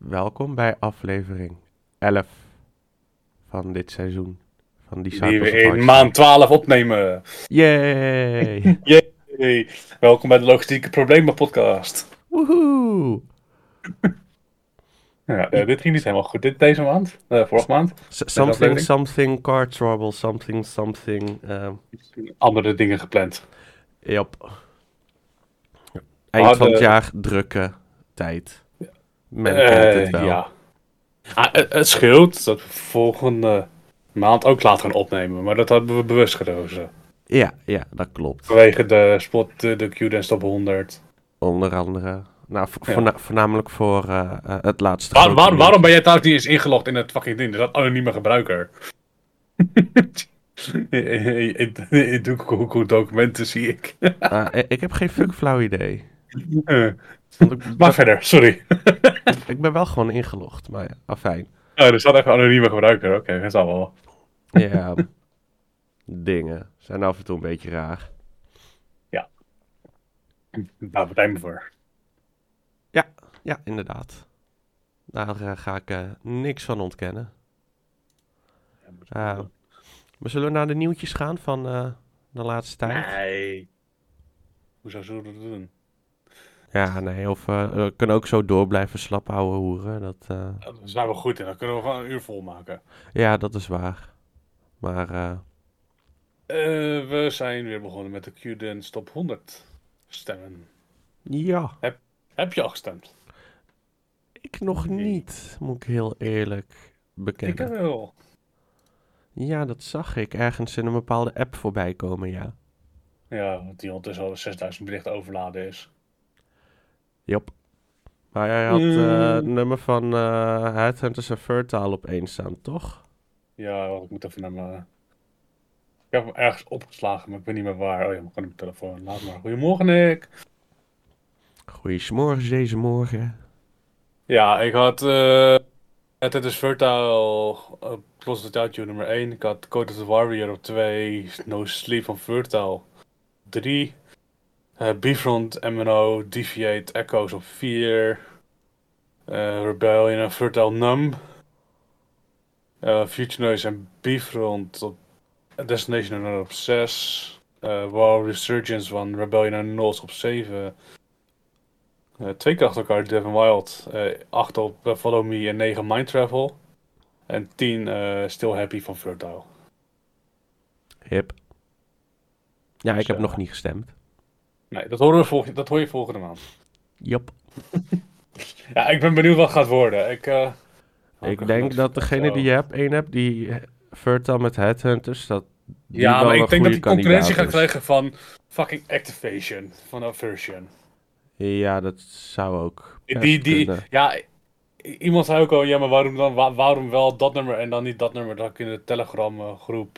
Welkom bij aflevering 11 van dit seizoen van Die Disciples we of in Hardstone. maand 12 opnemen. Yay! Yay. Welkom bij de Logistieke Problemen podcast. Woehoe! Ja, dit ging niet helemaal goed deze maand. Vorige maand. Deze Something, aflevering. something, car trouble, something, something. Andere dingen gepland. Yep. We Eind van het hadden... jaar, drukke tijd. Men kent het wel. Ja. Het scheelt dat we volgende maand ook laten gaan opnemen. Maar dat hebben we bewust gekozen. Ja, dat klopt. Vanwege de Q-Dance Top 100. Onder andere. Nou, Ja. voornamelijk voor het laatste grote nieuws. Waarom ben jij trouwens niet eens ingelogd in het fucking ding? Er staat anonieme gebruiker. In Google documenten zie ik. Ik heb geen fuck flauw idee. Eh, Want maar verder, sorry. ik ben wel gewoon ingelogd, maar ja, afijn. Oh, er staat even anonieme gebruiker. Oké, dat zal wel. Ja, dingen zijn af en toe een beetje raar. Daar bedankt me voor. Ja, inderdaad. Daar ga ik niks van ontkennen. Maar zullen we naar de nieuwtjes gaan van de laatste tijd? Nee. Hoezo zullen we dat doen? Ja, nee, of we kunnen ook zo door blijven slap houden hoeren. Daar zijn we goed in. Dan kunnen we gewoon een uur vol maken. Ja, dat is waar. Maar We zijn weer begonnen met de Q-Dance Top 100 stemmen. ja, Heb je al gestemd? ik nog Nee. niet, moet ik heel eerlijk Ik bekennen. wel. Ja, dat zag ik ergens in een bepaalde app voorbij komen, ja. Ja, want die ondertussen al 6000 berichten overladen is. Jop. Maar jij had het nummer van Headhunters en Fertile op één staan, toch? Ja, ik moet even naar mijn... Ik heb hem ergens opgeslagen, maar ik weet niet meer waar. Oh ja, maar gewoon op mijn telefoon. Laat maar. Goedemorgen, Nick. Goeiemorgen deze morgen. Ja, ik had het is Fertile Close the Out nummer 1. Ik had Code of the Warrior op 2. No Sleep van Fertile 3. Bifront, MNO, Deviate, Echoes op 4. Rebellion en Fertile Numb. Future Noise en Bifront op Destination Unknown op 6. War Resurgence van Rebellion en Nulls op 7. Twee keer achter elkaar Devin Wild. 8 op Follow Me en 9 Mind Travel. En 10 Still Happy van Fertile. Hip. Ja, ik heb Zo. nog niet gestemd. Nee, dat hoor je volgende maand. Jop. Ja, ik ben benieuwd wat het gaat worden. Ik denk dat degene die je hebt, één hebt, die Fertile met Headhunters, dat die Ja, wel maar een ik denk dat goede die concurrentie kandidaat gaat is. krijgen van fucking Activation. Van Aversion. Ja, dat zou ook best kunnen. Ja, iemand zei ook al, ja, maar waarom dan, waarom wel dat nummer en dan niet dat nummer? Dat ik in de Telegram groep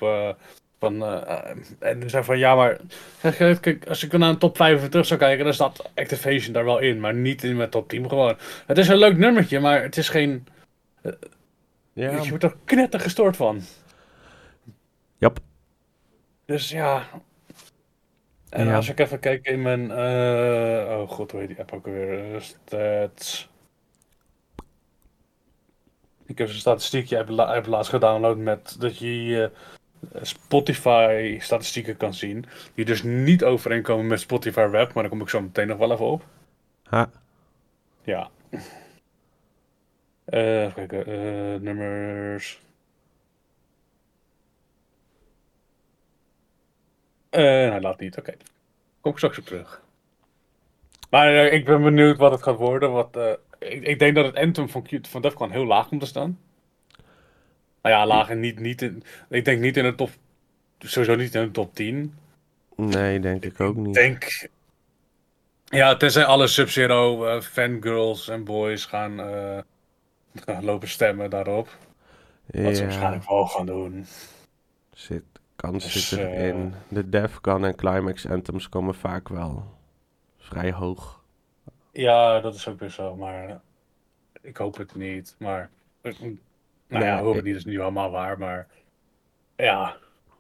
en toen zei van, ja, maar kijk, als ik naar een top 25 zou kijken, dan staat Activation daar wel in, maar niet in mijn top 10 gewoon. Het is een leuk nummertje, maar het is geen, Ja, je wordt er knetter gestoord van. jop. Dus ja. En Ja. als ik even kijk in mijn, oh god, hoe heet die app ook alweer? Stats. Ik heb een statistiekje heb laatst gedownload met dat je Spotify statistieken kan zien. Die dus niet overeenkomen met Spotify Web, maar daar kom ik zo meteen nog wel even op. Ha. Ja. Even kijken, nummers. Hij laat niet, oké. Kom ik straks op terug. Maar ik ben benieuwd wat het gaat worden. Ik denk dat het Anthem van Defcon heel laag komt te staan. Nou ja, laag en niet in, ik denk niet in de top, sowieso niet in de top 10. Nee, denk ik ook Ik niet. denk, ja, tenzij alle Sub-Zero fangirls en boys gaan lopen stemmen daarop. Wat ze Ja, waarschijnlijk wel gaan doen. kans Dus zit erin. De Defcon en Climax Anthems komen vaak wel vrij hoog. ja, dat is ook weer zo, maar ik hoop het niet. Maar, nou ja, Nee, hoop het niet is nu allemaal waar, maar ja.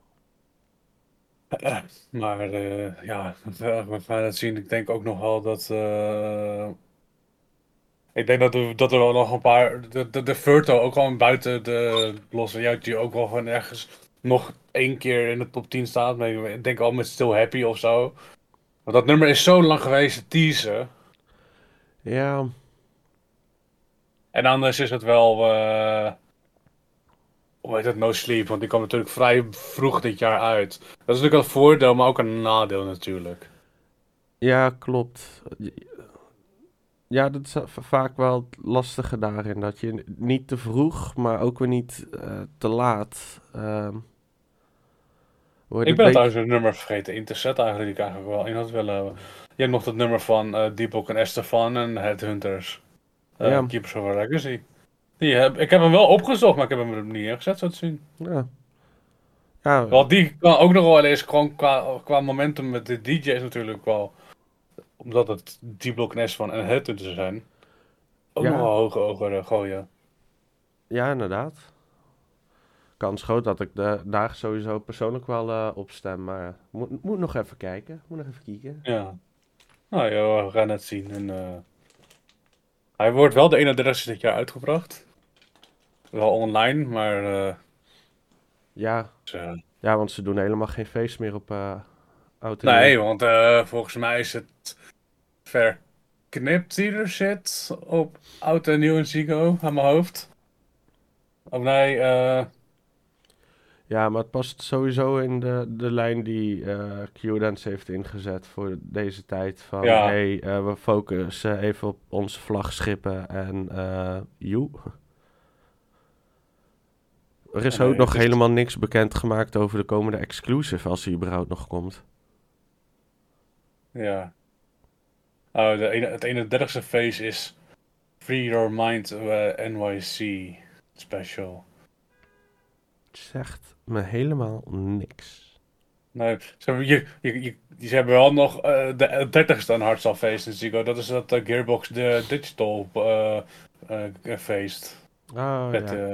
Maar ja, we gaan het zien. Ik denk ook nog wel dat Ik denk dat er wel nog een paar... De Furto ook gewoon buiten de losse... Ja, die ook wel van ergens nog 1 keer in de top 10 staat. Maar ik denk al met Still Happy of zo. Want dat nummer is zo lang geweest, te teasen. Ja, En anders is het wel... hoe heet het? No Sleep. Want die kwam natuurlijk vrij vroeg dit jaar uit. Dat is natuurlijk een voordeel, maar ook een nadeel natuurlijk. ja, klopt. Ja, dat is vaak wel het lastige daarin. Dat je niet te vroeg, maar ook weer niet te laat. Wordt Ik het ben beetje... trouwens een nummer vergeten in te zetten eigenlijk, die ik eigenlijk wel in had willen hebben. Je hebt nog dat nummer van Deepak en Estefan en Headhunters. Ja, Keepers of a Legacy. Ik heb hem wel opgezocht, maar ik heb hem er niet ingezet, zo te zien. ja, ja, Want die kan ook nog wel eens gewoon qua momentum met de DJ's natuurlijk wel. Omdat het D-Block en Estefan en Headhunters zijn. Ook nog ja, wel hoge ogen gooien. ja, inderdaad. Kans groot dat ik daar sowieso persoonlijk wel op stem. Maar moet nog even kijken. Moet nog even kijken. Ja. Nou ja, we gaan het zien. En, hij wordt wel de 31ste dit jaar uitgebracht. Wel online, maar... Ja, dus, ja, want ze doen helemaal geen feest meer op oud en nieuw. nee, want volgens mij is het verknipt ieder shit op oud en nieuw en Ziggo aan mijn hoofd. Of nee, Ja, maar het past sowieso in de lijn die Q-Dance heeft ingezet voor deze tijd. Van, ja. we focussen even op onze vlaggschippen en joe. Er is ook Nee, nog het is, helemaal niks bekend gemaakt over de komende exclusive, als die überhaupt nog komt. ja. Oh, het 31ste feest is Free Your Mind NYC special. Het zegt me helemaal niks. Nee, ze hebben wel nog de 30ste een hartstafeest in Ziggo. Dat is dat Gearbox de Digital feest. Oh Met, ja,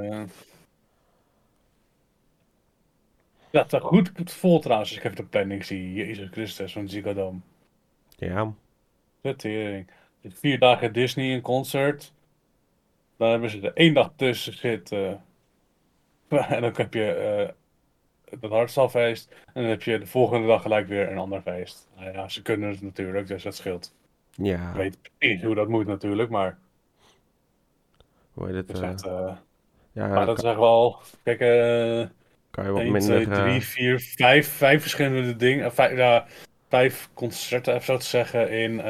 ja, het goed vol trouwens, als ik even de planning zie. Jezus Christus, van Ziggo Dome. ja, De tering. 4 dagen Disney in concert. Dan hebben ze er 1 dag tussen zitten. En dan heb je dat hartstafeest. En dan heb je de volgende dag gelijk weer een ander feest. Nou ja, ze kunnen het natuurlijk, dus dat scheelt. Ik ja. weet precies hoe dat moet natuurlijk, maar Hoe heet het het? is echt... Ja, maar dat is echt wel... Kijk, kan je wat 1, minder... 2, 3, 4, 5 verschillende dingen. Ja, 5 concerten, even zo te zeggen, in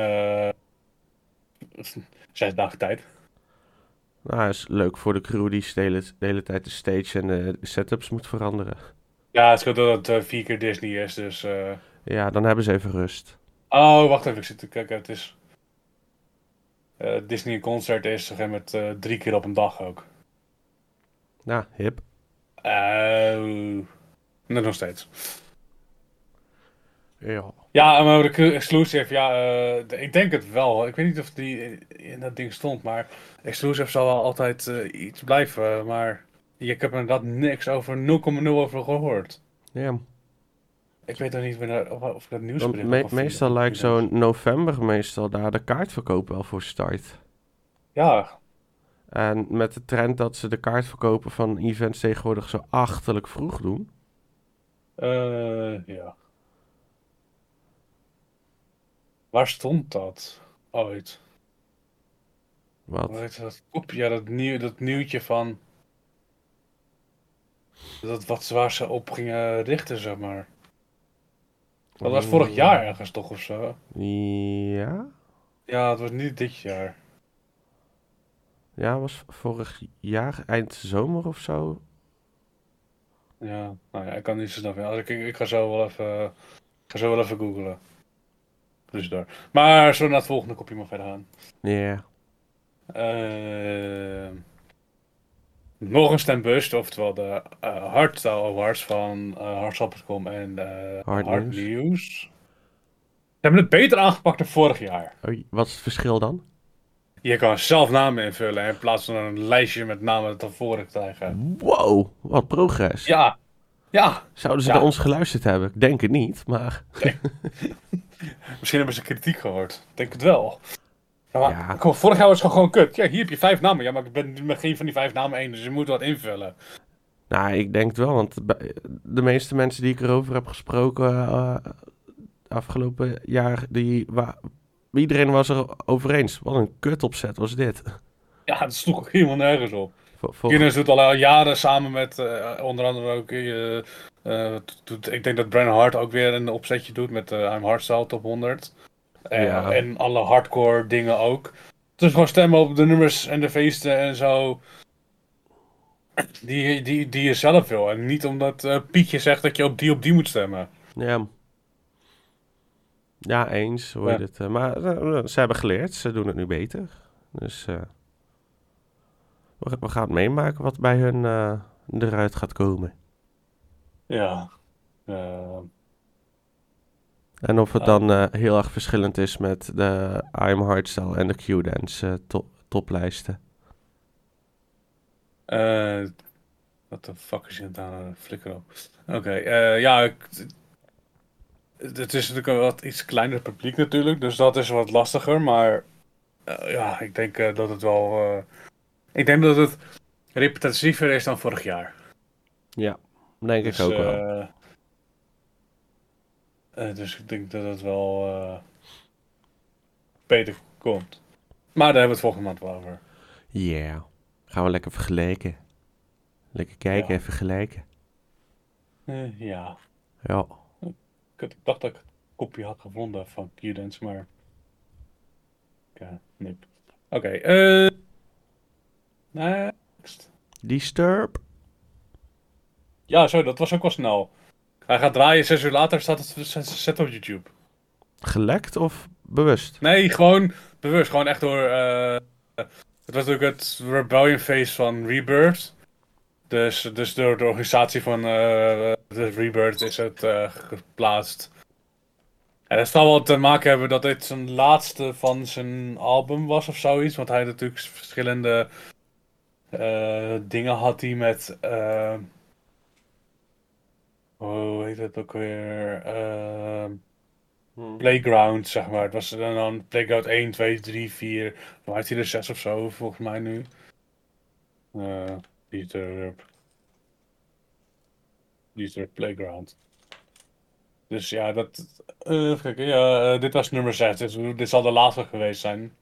6 dagen tijd. Nou, is leuk voor de crew die de hele tijd de stage en de setups moet veranderen. Ja, het scheelt dat het 4 keer Disney is, dus... Ja, dan hebben ze even rust. Oh, wacht even, ik zit te kijken. Het is... Disney Concert is op een gegeven moment 3 keer op een dag ook. Nou, hip. Net nog steeds. Ja. Ja, maar de Exclusive, ja, ik denk het wel. Ik weet niet of die in dat ding stond, maar Exclusive zal wel altijd iets blijven. Maar ik heb er inderdaad niks over, 0,0 over gehoord. Ja. Ik weet ook niet of ik dat nieuwsbericht nog kan Meestal vinden. lijkt zo'n november meestal daar de kaartverkoop wel voor start. Ja, En met de trend dat ze de kaartverkopen van events tegenwoordig zo achterlijk vroeg doen. ja. Waar stond dat ooit? Hoe Wat? heet dat? Ja, dat nieuwtje van... waar ze op gingen richten, zeg maar. Dat was vorig jaar ergens toch of zo? Ja? Ja, het was niet dit jaar. Ja, was vorig jaar, eind zomer of zo. Ja, nou ja, ik kan niet zo snel vinden. Ik ga zo wel even, googlen. Dus daar. Maar zo naar het volgende kopje maar verder gaan. Ja. Nog een stembust, oftewel de Hardstyle Awards van Hardstyle.com en Hard Hard News. News. Ze hebben het beter aangepakt dan vorig jaar. Oh, wat is het verschil dan? Je kan zelf namen invullen in plaats van een lijstje met namen dat vorig krijgen. Wow, wat progress. Ja, ja. Zouden ze Ja. naar ons geluisterd hebben? Ik denk het niet, maar... Misschien hebben ze kritiek gehoord. Ik denk het wel. Ja, Ja, maar, kom, vorig jaar was het gewoon kut. Ja, hier heb je 5 namen. Ja, maar ik ben met geen van die 5 namen één, dus je moet wat invullen. nou, ik denk het wel, want de meeste mensen die ik erover heb gesproken afgelopen jaar, iedereen was er over eens. Wat een kutopzet was dit. Ja, dat sloeg ook helemaal nergens op. Voor, Guinness doet al jaren samen met onder andere ook... ik denk dat Brennan Hart ook weer een opzetje doet met I'm Hardstyle Top 100. ja, En alle hardcore dingen ook. Dus gewoon stemmen op de nummers en de feesten en zo. Die je zelf wil. En niet omdat Pietje zegt dat je op die moet stemmen. ja, ja, eens, hoe heet Ja. het. Maar ze hebben geleerd, ze doen het nu beter. Dus we gaan het meemaken wat bij hun eruit gaat komen. Ja. En of het dan heel erg verschillend is met de I'm Hardstyle en de Q-Dance toplijsten. Wat de fuck is het aan flikker op? Oké, ja, het is natuurlijk een wat iets kleiner publiek natuurlijk, dus dat is wat lastiger, maar ja, ik denk dat het wel, ik denk dat het reputatiever is dan vorig jaar. Ja, denk ik Dus, ook wel. dus ik denk dat het wel beter komt. Maar daar hebben we het volgende maand wel over. Yeah. Gaan we lekker vergelijken. Lekker kijken Ja. en vergelijken. Ja. Ja. Ik dacht dat ik een kopje had gevonden van Q-Dance, maar... nee. Oké, next. Disturb. Ja, zo, dat was ook wel snel. Hij gaat draaien, 6 uur later staat het zet op YouTube. Gelekt of bewust? Nee, gewoon bewust. Gewoon echt door... het was natuurlijk het Rebellion Phase van Rebirth. Dus door de organisatie van de Rebirth is het geplaatst. En dat zal wel te maken hebben dat dit zijn laatste van zijn album was of zoiets. Want hij had natuurlijk verschillende dingen had hij met... hoe heet het ook weer? Playground, zeg maar. Het was dan Playground 1, 2, 3, 4. Maar heeft hij er 6 of zo, volgens mij nu. Dieter Playground. Dus ja, even kijken. Ja, dit was nummer 6. Dit zal de laatste geweest zijn.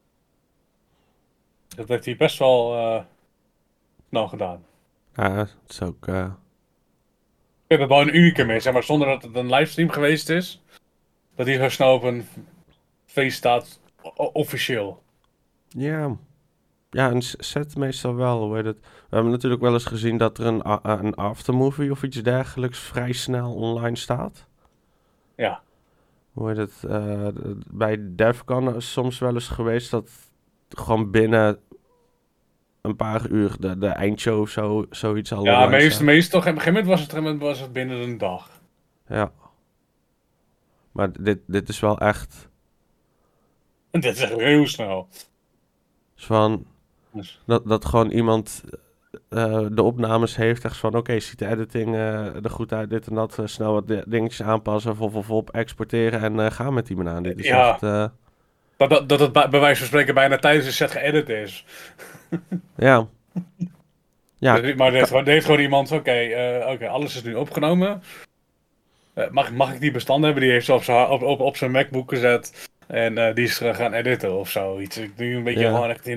Dat heeft hij best wel snel gedaan. Ja, het is ook... Ik heb het wel een unicum is, zeg maar, zonder dat het een livestream geweest is. Dat hij zo snel op een feest staat, officieel. Ja. Ja, een set meestal wel. Hoe heet het? We hebben natuurlijk wel eens gezien dat er een aftermovie of iets dergelijks vrij snel online staat. Ja. Hoe heet het? Bij Defcon is soms wel eens geweest dat gewoon binnen een paar uur de eindshow zoiets al Ja, online staat. meestal op een gegeven moment was het binnen een dag. Ja. Maar dit is wel echt... En dit is echt heel snel. van Dus, dat gewoon iemand de opnames heeft. Echt van, oké, ziet de editing er goed uit, dit en dat. Snel wat dingetjes aanpassen, op exporteren en gaan met die banaan. Dit is ja, echt... dat het bij wijze van spreken bijna tijdens de set geëdit is. ja. Ja, Maar er heeft gewoon iemand, oké, alles is nu opgenomen. Mag ik die bestanden hebben? Die heeft ze op zijn MacBook gezet. En die is gaan editen of zoiets. Ik denk een beetje Ja. gewoon echt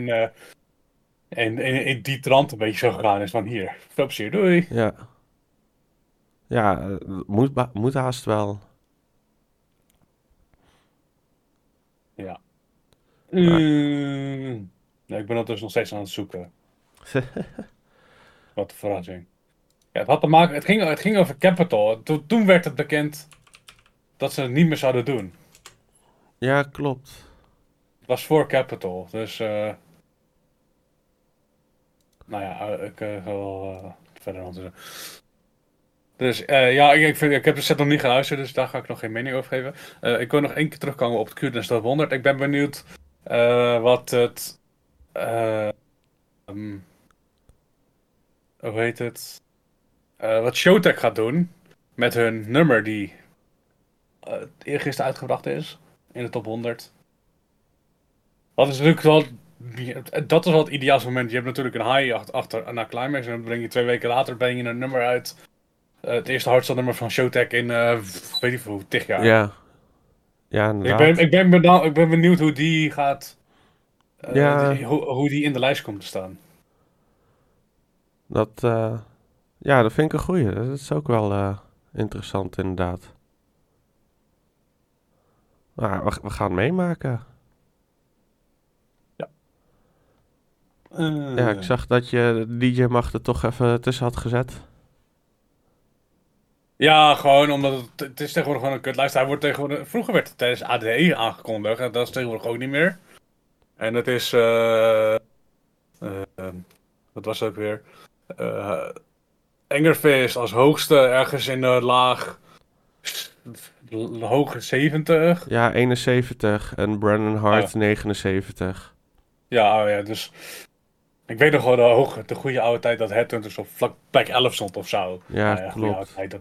in die trant een beetje zo gegaan is van hier. Veel plezier, doei. Ja. Ja, moet haast wel. Ja. Maar- Nee, ik ben dat dus nog steeds aan het zoeken. Wat een verrassing. Ja, het had te maken, het ging over Capital. Toen werd het bekend dat ze het niet meer zouden doen. ja, klopt. Het was voor Capital, dus nou ja, ik ga wel verder onderzoeken. Dus ja, ik heb de set nog niet geluisterd, dus daar ga ik nog geen mening over geven. Ik wil nog één keer terugkomen op het Q-Dance Top 100. Ik ben benieuwd wat het... hoe heet het? Wat Showtek gaat doen met hun nummer die eergisteren uitgebracht is in de top 100. Dat is natuurlijk wel... Dat is wel het ideaalste moment. Je hebt natuurlijk een high achter naar climax. En dan breng je 2 weken later breng je een nummer uit. Het eerste hardstyle nummer van Showtek in, weet ik veel, 10 jaar. Ja, ja, Ik ben, inderdaad. ik ben benieuwd hoe die gaat... Ja, hoe die in de lijst komt te staan. dat, ja, dat vind ik een goeie. Dat is ook wel interessant, inderdaad. Maar we gaan het meemaken. Ja. Ja, ik zag dat je de DJ Mag er toch even tussen had gezet. Ja, gewoon omdat het is tegenwoordig gewoon een kutlijst. Hij wordt tegenwoordig, vroeger werd het tijdens ADE aangekondigd en dat is tegenwoordig ook niet meer. En het is, wat was het ook weer? Eh Engerfist als hoogste ergens in de hoge 70. Ja, 71 en Brandon Oh, Hart 79. ja, oh ja, dus ik weet nog wel de goede oude tijd dat Headhunters op vlak plek 11 stond of zo. Ja, Nou ja, goede oude klopt. tijd,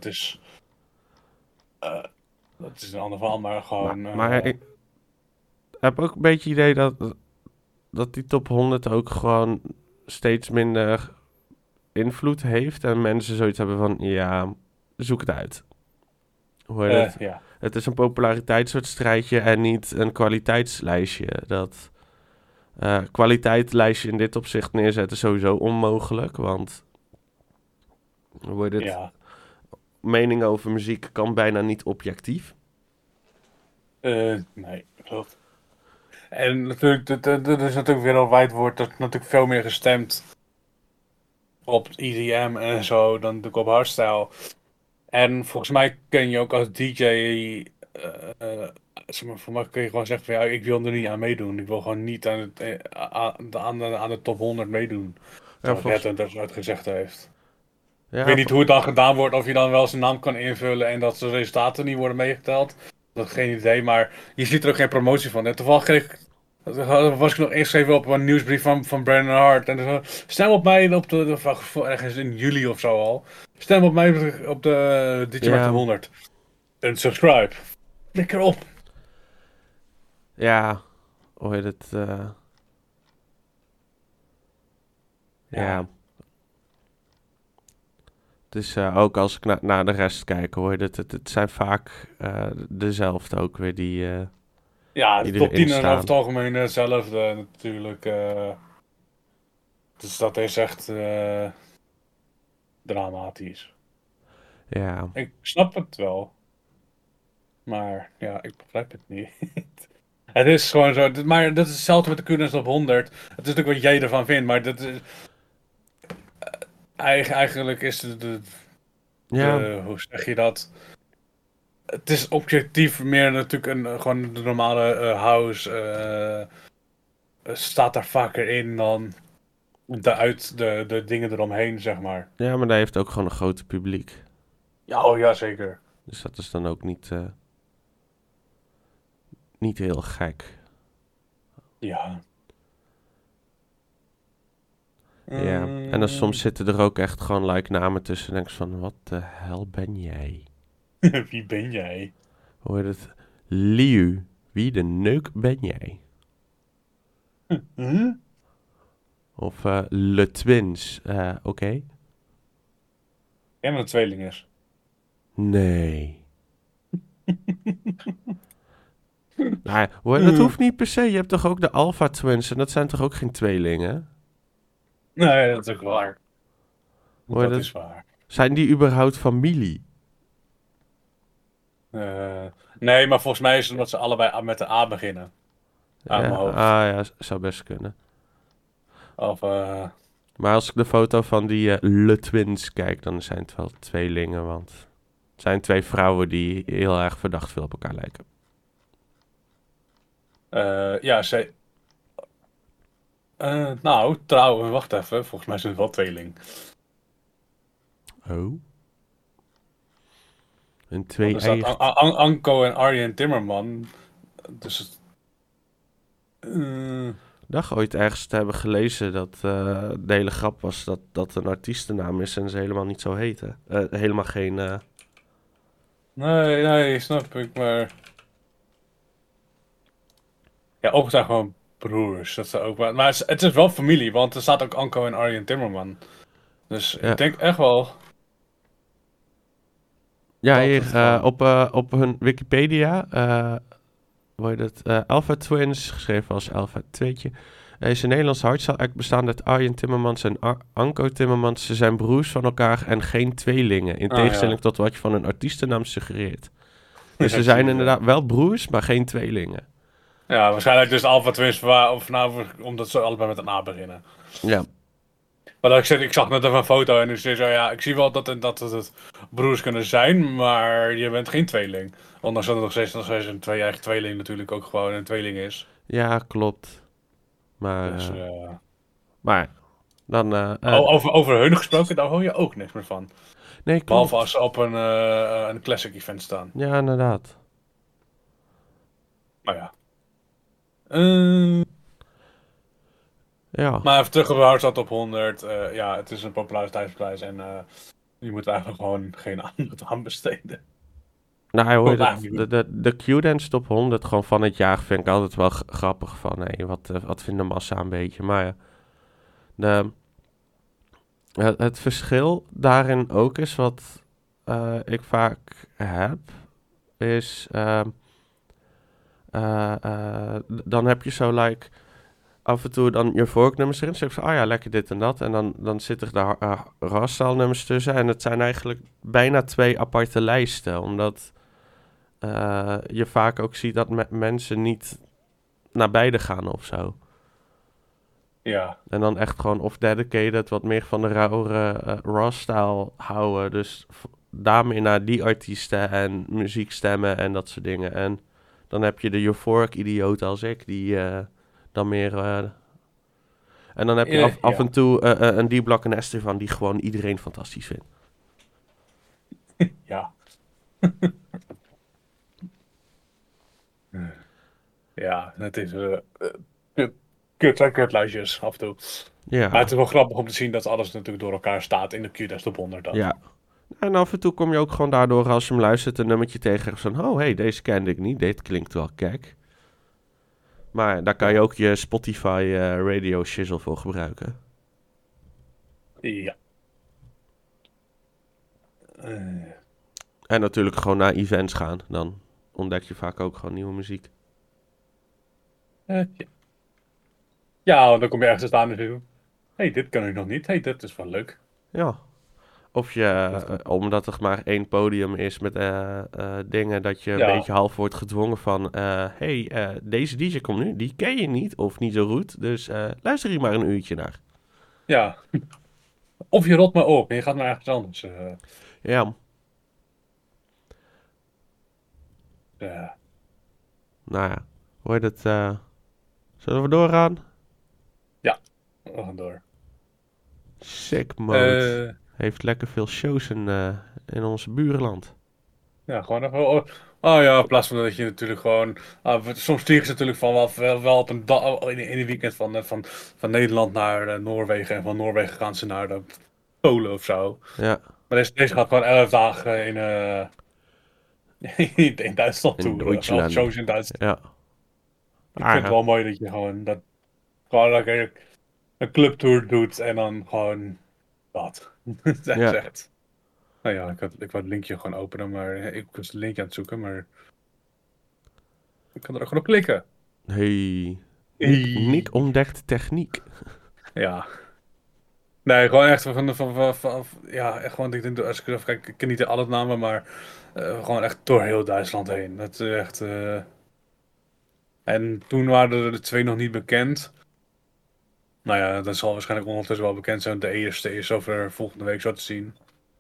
eh, dat is een ander verhaal, maar Maar, gewoon, maar ik heb ook een beetje het idee dat die top 100 ook gewoon steeds minder invloed heeft. En mensen zoiets hebben van, ja, zoek het uit. Hoe heet het? ja. Het is een populariteitsstrijdje en niet een kwaliteitslijstje. Dat kwaliteitslijstje in dit opzicht neerzetten is sowieso onmogelijk. Want hoe heet het? Ja. Mening over muziek kan bijna niet objectief. Nee, klopt. En natuurlijk, er is natuurlijk wereldwijd wordt er natuurlijk veel meer gestemd op EDM en zo dan natuurlijk op hardstyle. En volgens mij kun je ook als DJ, zeg maar, voor mij kun je gewoon zeggen van ja, ik wil er niet aan meedoen. Ik wil gewoon niet aan, aan de top 100 meedoen. Ja, Zoals volgens, Headhunters uitgezegd heeft. Ik weet ja, niet hoe het dan gedaan wordt, of je dan wel zijn naam kan invullen en dat de resultaten niet worden meegeteld. Dat is geen idee, maar je ziet er ook geen promotie van. En toevallig was ik nog ingeschreven op een nieuwsbrief van Brandon Hart. En zo, stem op mij op ergens in juli of zo al. Stem op mij op de Digimart ja, 100. En subscribe. Klik erop. ja, hoe heet het? Ja, Ja. het is ook als ik naar de rest kijk, hoor, het zijn vaak dezelfde ook weer Ja, de die top erin 10 en over staan. het algemeen hetzelfde natuurlijk. Dus dat is echt dramatisch. Ja, Ik snap het wel. Maar ja, ik begrijp het niet. Het is gewoon zo. Maar dat is hetzelfde met de Kunst op 100. Het is natuurlijk wat jij ervan vindt. Maar dat is, eigenlijk is ja, hoe zeg je dat? Het is objectief meer natuurlijk gewoon de normale house. Staat daar vaker in dan de dingen eromheen, zeg maar. ja, maar daar heeft ook gewoon een groot publiek. Ja, oh ja, zeker. Dus dat is dan ook niet heel gek. Ja. Ja, en dan soms zitten er ook echt gewoon namen tussen en denk je van, wat de hel ben jij? Wie ben jij? Hoe heet het? Liu, wie de neuk ben jij? Huh? Of Le Twins, oké. Jij bent een tweeling is. Nee. Nou, dat hoeft niet per se. Je hebt toch ook de Alpha Twins en dat zijn toch ook geen tweelingen? Nee, dat is ook waar. Hoe Dat heet is het? waar. Zijn die überhaupt familie? Eh, nee, maar volgens mij is het omdat ze allebei met de A beginnen. Uit Ja, mijn hoofd. ja, zou best kunnen. Of, Maar als ik de foto van die Le Twins kijk, dan zijn het wel tweelingen, want het zijn twee vrouwen die heel erg verdacht veel op elkaar lijken. ja, nou, trouwens, wacht even. Volgens mij zijn het wel tweeling. Oh? Een Want twee er staat eigen... Anko en Arjen Timmerman. Dus, eh, dacht ooit ergens te hebben gelezen dat de hele grap was dat een artiestennaam is en ze helemaal niet zo heten. Helemaal geen... nee, snap ik, maar... Ja, of het zijn gewoon broers. Dat zou ook wel... Maar het is wel familie, want er staat ook Anko en Arjen Timmerman. Dus Ja. ik denk echt wel... Ja, dat hier het gewoon... op hun Wikipedia, hoe heet het, Alpha Twins, geschreven als Alpha Tweetje, is een Nederlands hardstyle act bestaande uit Arjen Timmermans en Anko Timmermans. Ze zijn broers van elkaar en geen tweelingen, in Ah tegenstelling ja. tot wat je van hun artiestennaam suggereert. Dus Ja, ze ik zie zijn het, ja. inderdaad wel broers, maar geen tweelingen. Ja, waarschijnlijk dus de Alpha Twins omdat ze allebei met een A beginnen. Ja, Maar ik zag net even een foto en nu zei zo, ja, ik zie wel dat het broers kunnen zijn, maar je bent geen tweeling. Ondanks dat het nog steeds een eigen tweeling natuurlijk ook gewoon een tweeling is. ja, klopt. Maar, Dus, maar dan, over hun gesproken, daar hoor je ook niks meer van. nee, Behalve als klopt. ze op een classic event staan. Ja, inderdaad. Maar ja. Eh, Ja. maar even terug op de Hardstyle Top 100. Ja, het is een populariteitsprijs en je moet er eigenlijk gewoon geen aandacht aan besteden. Nou, hoor je Komt dat? eigenlijk De Q-Dance Top 100 gewoon van het jaar vind ik altijd wel grappig van. Hé, wat vindt de massa een beetje? Maar ja, de, het verschil daarin ook is wat ik vaak heb, is dan heb je zo like af en toe dan je volknummers erin. Zeg je van, ah ja, lekker dit en dat. En dan zitten er de nummers tussen. En het zijn eigenlijk bijna twee aparte lijsten. Omdat je vaak ook ziet dat mensen niet naar beide gaan of zo. Ja. En dan echt gewoon of dedicated, wat meer van de rauwere raw-style houden. Dus daarmee naar die artiesten en muziekstemmen en dat soort dingen. En dan heb je de euphoric idioot als ik, die dan meer... en dan heb je af Ja. en toe een D-Block en Estefan die gewoon iedereen fantastisch vindt. Ja. Ja, het is kutluisjes af en toe. Maar Ja, het is wel grappig om te zien dat alles natuurlijk door elkaar staat in de Q-Des Top 100 dan. ja. En af en toe kom je ook gewoon daardoor, als je hem luistert, een nummertje tegen van... Oh, hey, deze kende ik niet. Dit klinkt wel kek. Maar daar kan je Ja. ook je Spotify radio shizzle voor gebruiken. Ja. Eh, En natuurlijk gewoon naar events gaan. Dan ontdek je vaak ook gewoon nieuwe muziek. ja. Ja, want dan kom je ergens te staan en zo. Hey, dit kan ik nog niet. Hey, dit is wel leuk. Ja. Of je, omdat er maar één podium is met dingen, dat je een Ja. beetje half wordt gedwongen van... deze DJ komt nu, die ken je niet of niet zo goed. Dus luister hier maar een uurtje naar. Ja. Of je rot maar op en je gaat naar ergens anders. Ja, Ja. nou ja. Hoor je dat? Zullen we doorgaan? We gaan door. Sick Mode Eh, heeft lekker veel shows in ons buurland. ja, gewoon even... Oh ja, in plaats van dat je natuurlijk gewoon... soms vliegen ze natuurlijk van wel op in een weekend van Nederland naar Noorwegen. En van Noorwegen gaan ze naar Polen of zo. Ja, Maar deze gaat gewoon 11 dagen in Duitsland in toe. Duitsland. Shows in Duitsland. Ja. Ik vind het wel mooi dat je gewoon lekker een clubtour doet en dan gewoon dat. Dat is Ja. echt. Nou ja, ik wou het linkje gewoon openen, maar ik was het linkje aan het zoeken, maar ik kan er ook gewoon op klikken. Hey. Hey. Nick ontdekt techniek. Ja. Nee, gewoon echt ja, echt gewoon, ik denk, als ik even kijk, ik ken niet alle namen, maar gewoon echt door heel Duitsland heen. Dat is echt. En toen waren er de twee nog niet bekend. Nou ja, dat zal waarschijnlijk ondertussen wel bekend zijn. De eerste is over volgende week zo te zien.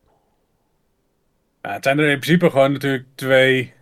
Ja, het zijn er in principe gewoon natuurlijk 2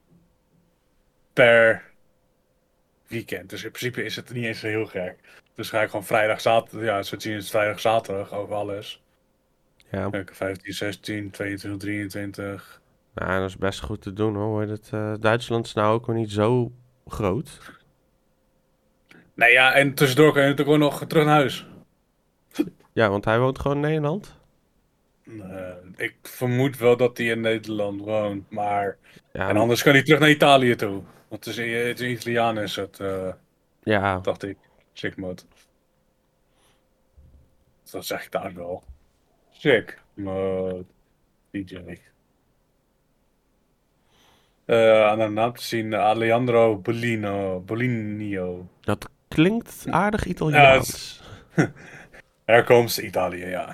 per weekend. Dus in principe is het niet eens heel gek. Dus ga ik gewoon vrijdag, zaterdag. Ja, zo te zien is het vrijdag, zaterdag over alles. Ja. Kijk, 15, 16, 22, 23. Nou, dat is best goed te doen hoor. Hoor je dat, Duitsland is nou ook weer niet zo groot. Nee, ja, en tussendoor kan je natuurlijk ook nog terug naar huis. Ja, want hij woont gewoon in Nederland. Ik vermoed wel dat hij in Nederland woont, maar... Ja, En anders kan hij terug naar Italië toe. Want het is een Italiaan is het. Ja, dacht ik. Sick mode. Dat zeg ik daar wel. Sick mode. DJ. Aan de naam te zien, Alejandro Bolinio. dat klinkt aardig Ja, Italiaans. herkomst Italië, ja.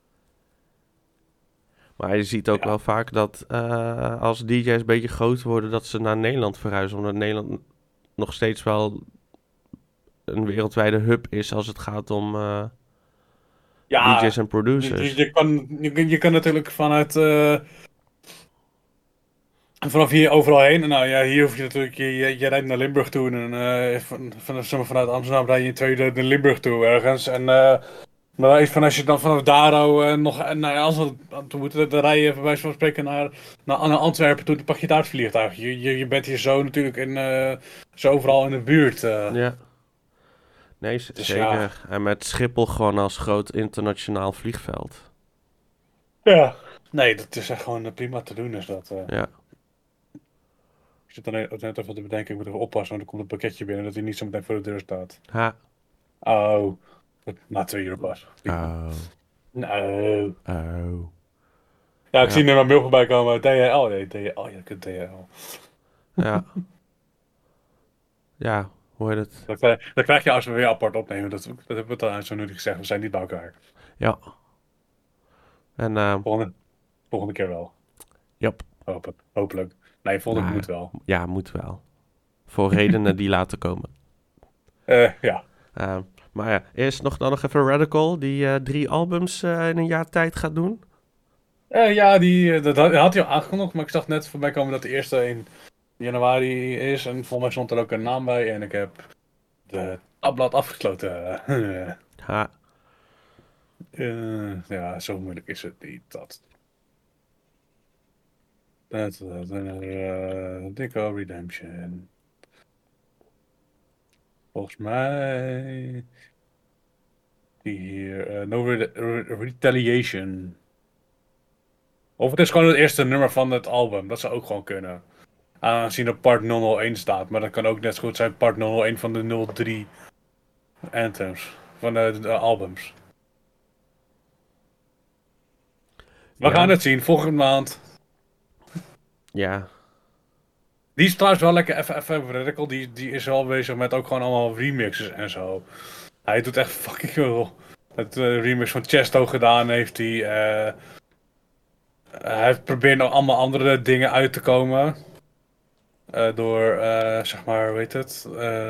Maar je ziet ook Ja, wel vaak dat als DJ's een beetje groot worden, dat ze naar Nederland verhuizen. Omdat Nederland nog steeds wel een wereldwijde hub is als het gaat om DJ's ja en producers. je kan natuurlijk vanaf hier overal heen. Nou ja, hier hoef je natuurlijk, je rijdt naar Limburg toe en vanuit Amsterdam rij je in 2 uur naar Limburg toe ergens. En maar als je dan vanaf daar nog naar Amsterdam toe moet, dan rij je bij wijze van spreken naar Antwerpen toe, dan pak je daar het vliegtuig. Je bent hier zo natuurlijk zo overal in de buurt. Ja, nee, Dus ja, zeker. En met Schiphol gewoon als groot internationaal vliegveld. ja. Nee, dat is echt gewoon prima te doen is dat. Ja, Ik zit er net even te bedenken, ik moet even oppassen, want er komt een pakketje binnen dat hij niet zo meteen voor de deur staat. ha, Oh, na 2 uur pas. Prima. oh, Nou. oh. Ja, ik Ja, zie nu maar mail voorbij komen. DHL, nee, DHL, ja, ik kunt DHL. ja, ja, hoe heet het? Dat krijg je als we weer apart opnemen. Dat hebben we trouwens zo nu niet gezegd. We zijn niet bij elkaar. Ja, en Volgende keer wel. jop. Hopelijk. Nee, volgende keer Nou, moet wel. ja, moet wel. Voor redenen die later komen. Ja. Maar ja, eerst dan nog even Radical, die 3 albums in een jaar tijd gaat doen. Ja, dat had hij al aangekondigd. Maar ik zag net voorbij komen dat de eerste in januari is. En volgens mij stond er ook een naam bij. En ik heb de tabblad afgesloten. Ha, Ja, zo moeilijk is het niet. Dico Redemption. Volgens mij. Die hier. Retaliation. Of het is gewoon het eerste nummer van het album. Dat zou ook gewoon kunnen. Aangezien er part 001 staat. Maar dat kan ook net zo goed zijn part 001 van de 03 anthems. Van de albums. We gaan ja, het zien volgende maand. ja, Die is trouwens wel lekker even over Radical. Die is wel bezig met ook gewoon allemaal remixes en zo. Hij doet echt fucking veel. Het remix van Chesto gedaan heeft hij. Hij probeert nog allemaal andere dingen uit te komen. Door, zeg maar, hoe heet het?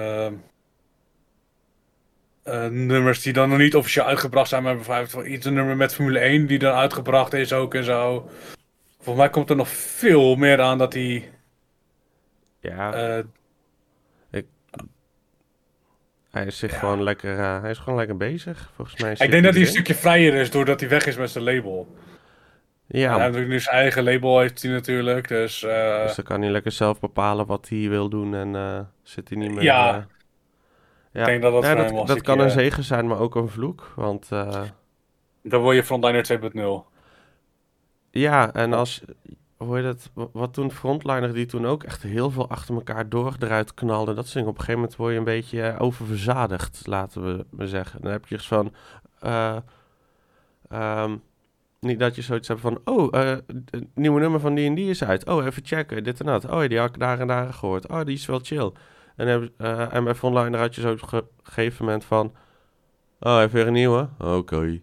Nummers die dan nog niet officieel uitgebracht zijn. Maar bijvoorbeeld iets een nummer met Formule 1 die dan uitgebracht is ook en zo. Volgens mij komt er nog veel meer aan dat hij... ja. eh, Ik, hij is zich ja. gewoon lekker, hij is gewoon lekker bezig. Volgens mij Ik zit denk hij dat hij een erin. stukje vrijer is doordat hij weg is met zijn label. Hij heeft Ja, natuurlijk nu zijn eigen label heeft hij natuurlijk. Dus dus dan kan hij lekker zelf bepalen wat hij wil doen en zit hij niet meer... ja, ik ja, denk dat dat ja voor hem wel een dat kan een stukje... zegen zijn, maar ook een vloek. Want Dan word je Frontliner 2.0. ja, en als... Hoe heet het? Wat toen Frontliner die toen ook echt heel veel achter elkaar door eruit knalde. Dat soort dingen. Op een gegeven moment word je een beetje oververzadigd, laten we maar zeggen. Dan heb je eens van... eh, ehm, niet dat je zoiets hebt van... Oh, het nieuwe nummer van die en die is uit. Oh, even checken, dit en dat. Oh, ja, die had ik daar en daar gehoord. Oh, die is wel chill. En bij Frontliner had je zo op een gegeven moment van... Oh, even weer een nieuwe? Oké,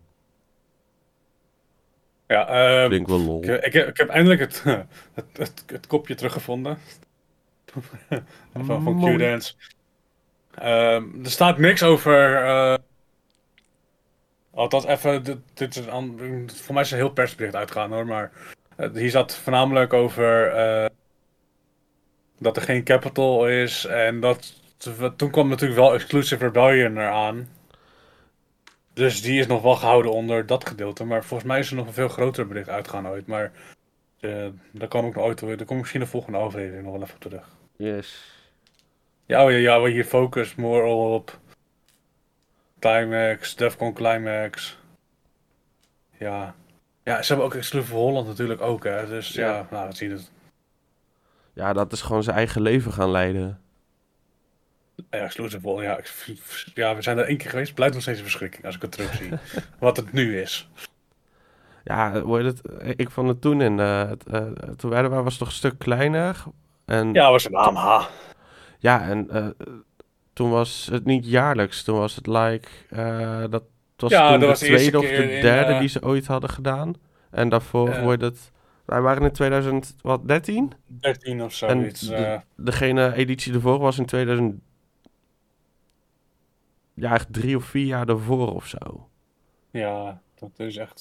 Ja, klinkt wel lol. ik heb eindelijk het kopje teruggevonden. van Mooi. Q-Dance. Er staat niks over. Althans, even. Dit is voor mij is een heel persbericht uitgaan hoor. Maar hier zat voornamelijk over dat er geen capital is. En toen kwam natuurlijk wel Exclusive Rebellion eraan. Dus die is nog wel gehouden onder dat gedeelte. Maar volgens mij is er nog een veel groter bericht uitgaan ooit. Maar daar kom ik nog ooit. Daar kom ik misschien de volgende aflevering nog wel even op terug. Yes. Ja, oh ja, we hier focus more op Climax, Defcon Climax. Ja. Ja, ze hebben ook Exclusive Holland natuurlijk ook, hè. Dus Ja. ja, nou, we zien het. Ja, dat is gewoon zijn eigen leven gaan leiden. Ja, exclusive Wall, ja. Ja, we zijn er 1 keer geweest. Blijft nog steeds een verschrikking als ik het terugzie. Wat het nu is. Ja, hoe heet het? Ik vond het toen toen wij er waren was het toch een stuk kleiner. En Ja, was een naam, ha. ja, en toen was het niet jaarlijks. Toen was het dat was Ja, toen dat de was de eerste tweede of keer de in... derde die ze ooit hadden gedaan. En daarvoor eh, wordt het... Wij waren in 2013. 13 of En zoiets. degene editie ervoor was in 2000... Ja, echt 3 of 4 jaar daarvoor of zo. Ja, dat is echt...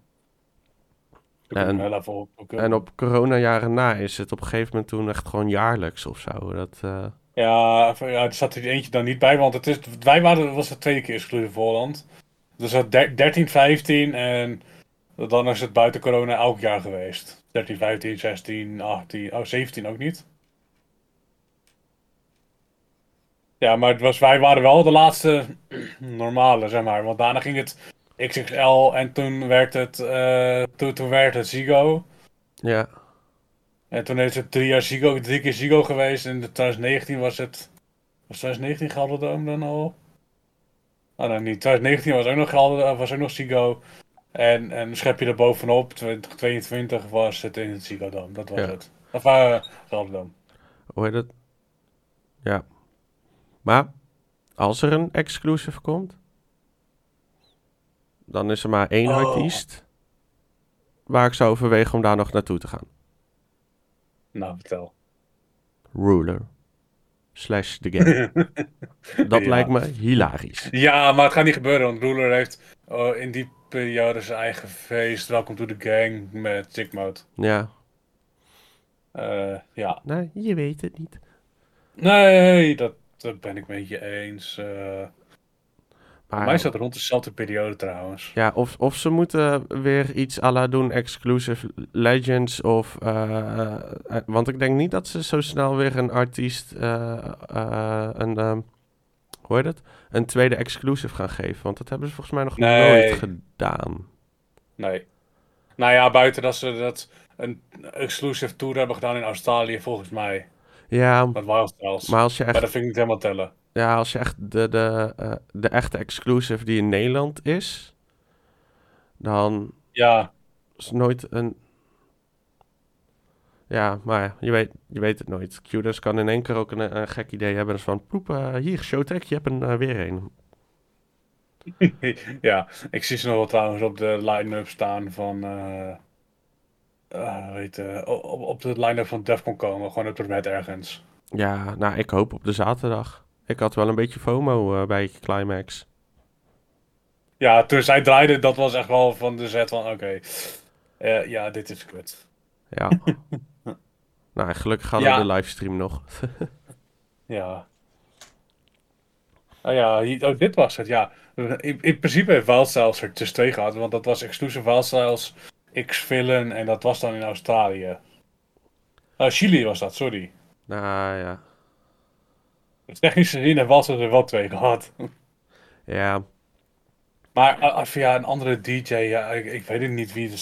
ik moet hem En, heel even en opzoeken. op coronajaren na is het op een gegeven moment toen echt gewoon jaarlijks of zo. Ja, er zat er eentje dan niet bij, want was de tweede keer exclusive Voorland. Dus dat 13, 15 en dan is het buiten corona elk jaar geweest. 13, 15, 16, 18, 17 ook niet. Ja, maar wij waren wel de laatste normale, zeg maar. Want daarna ging het XXL en toen werd het Ziggo. Ja, En toen is het 3 jaar Ziggo, 3 keer Ziggo geweest. En in 2019 was 2019 Gelderdoom dan al? Oh nee, niet. 2019 was ook nog was ook nog Ziggo. En een schepje erbovenop, 2022 was het in het Ziggo Dome. Dat was ja. het. Of Gelderdoom. Hoe heet het? Ja. Maar als er een exclusive komt, dan is er maar één Oh, artiest waar ik zou overwegen om daar nog naartoe te gaan. nou vertel. Ruler. Slash The Game. Dat lijkt Ja. me hilarisch. Ja, maar het gaat niet gebeuren, want Ruler heeft in die periode zijn eigen feest. Welcome to the Gang met Chick Mode. Ja. Ja. Nee, je weet het niet. Nee, dat ben ik met je eens. Voor mij is Maar dat rond dezelfde periode trouwens. ja, of ze moeten weer iets à la doen, Exclusive Legends want ik denk niet dat ze zo snel weer een artiest hoe heet het? Een tweede exclusive gaan geven. Want dat hebben ze volgens mij nog nooit Nee, gedaan. nee. Nou ja, buiten dat ze dat een exclusive tour hebben gedaan in Australië, volgens mij. Ja, Met Wild Styles. maar als je Maar echt, dat vind ik niet helemaal tellen. ja, als je echt de echte exclusive die in Nederland is, dan Ja, is het nooit een... Ja, maar ja, je weet het nooit. Qdus kan in één keer ook een gek idee hebben. Dus van, poep, hier, Showtech, je hebt weer een. ja. Ik zie ze nog wel trouwens op de line-up staan van... op de line-up van Defcon komen. Gewoon op de red ergens. Ja, nou, ik hoop op de zaterdag. Ik had wel een beetje FOMO bij Climax. Ja, toen zij draaiden, dat was echt wel van de zet van... Oké, ja, dit is kut. Ja, nou, gelukkig hadden we de Ja, livestream nog. ja. Oh ja, dit was het, ja. In principe heeft Wild Styles er tussen twee gehad, want dat was exclusive Wild Styles X-Villain en dat was dan in Australië. Chili was dat, sorry. Nou ja, Dus technisch gezien heeft Wild Styles er wel twee gehad. ja, Maar via een andere DJ, ja, ik weet het niet wie het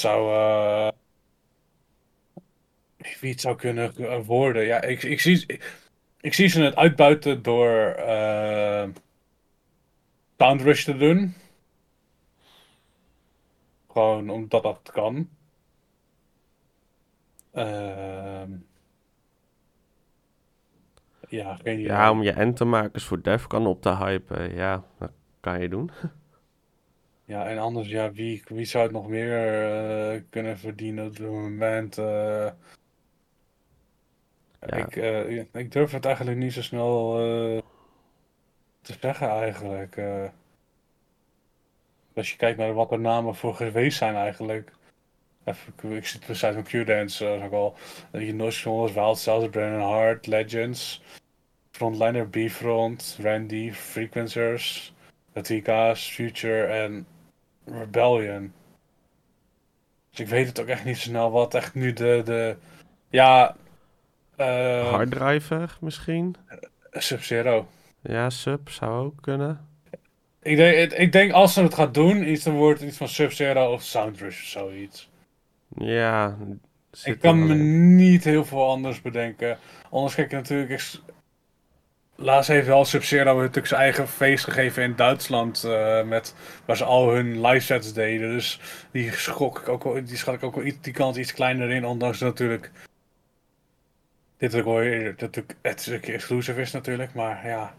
wie het zou kunnen worden. Ja, ik zie ze het uitbuiten door Sound Rush te doen. Gewoon omdat dat kan. Ehm, ja, geen ja, om idee. je endtemakers voor Defcon op te hypen, ja, dat kan je doen. Ja, en anders, ja, wie zou het nog meer kunnen verdienen op dit moment? Ja, Ik durf het eigenlijk niet zo snel te zeggen eigenlijk. Als je kijkt naar wat er namen voor geweest zijn eigenlijk. Even, ik zit beside van Q-Dance, zoals ook al. Je Nostrils, Wild Styles, Brennan Hart, Legends, Frontliner, B-Front, Randy, Frequencers, Latika's, Future en Rebellion. Dus ik weet het ook echt niet zo snel wat echt nu ja, Harddriver misschien? Sub-Zero. Ja, Sub zou ook kunnen. Ik denk als ze het gaat doen, dan wordt het iets van Sub-Zero of Soundrush of zoiets. Ja, Ik zit er kan wel me in. niet heel veel anders bedenken. Anders kijk je natuurlijk laatst heeft wel Sub-Zero natuurlijk zijn eigen feest gegeven in Duitsland. Waar ze al hun live sets deden. Dus die schat ik ook wel die kant iets kleiner in. Ondanks dat natuurlijk dit ook wel weer natuurlijk het stukje exclusive is natuurlijk. Maar ja.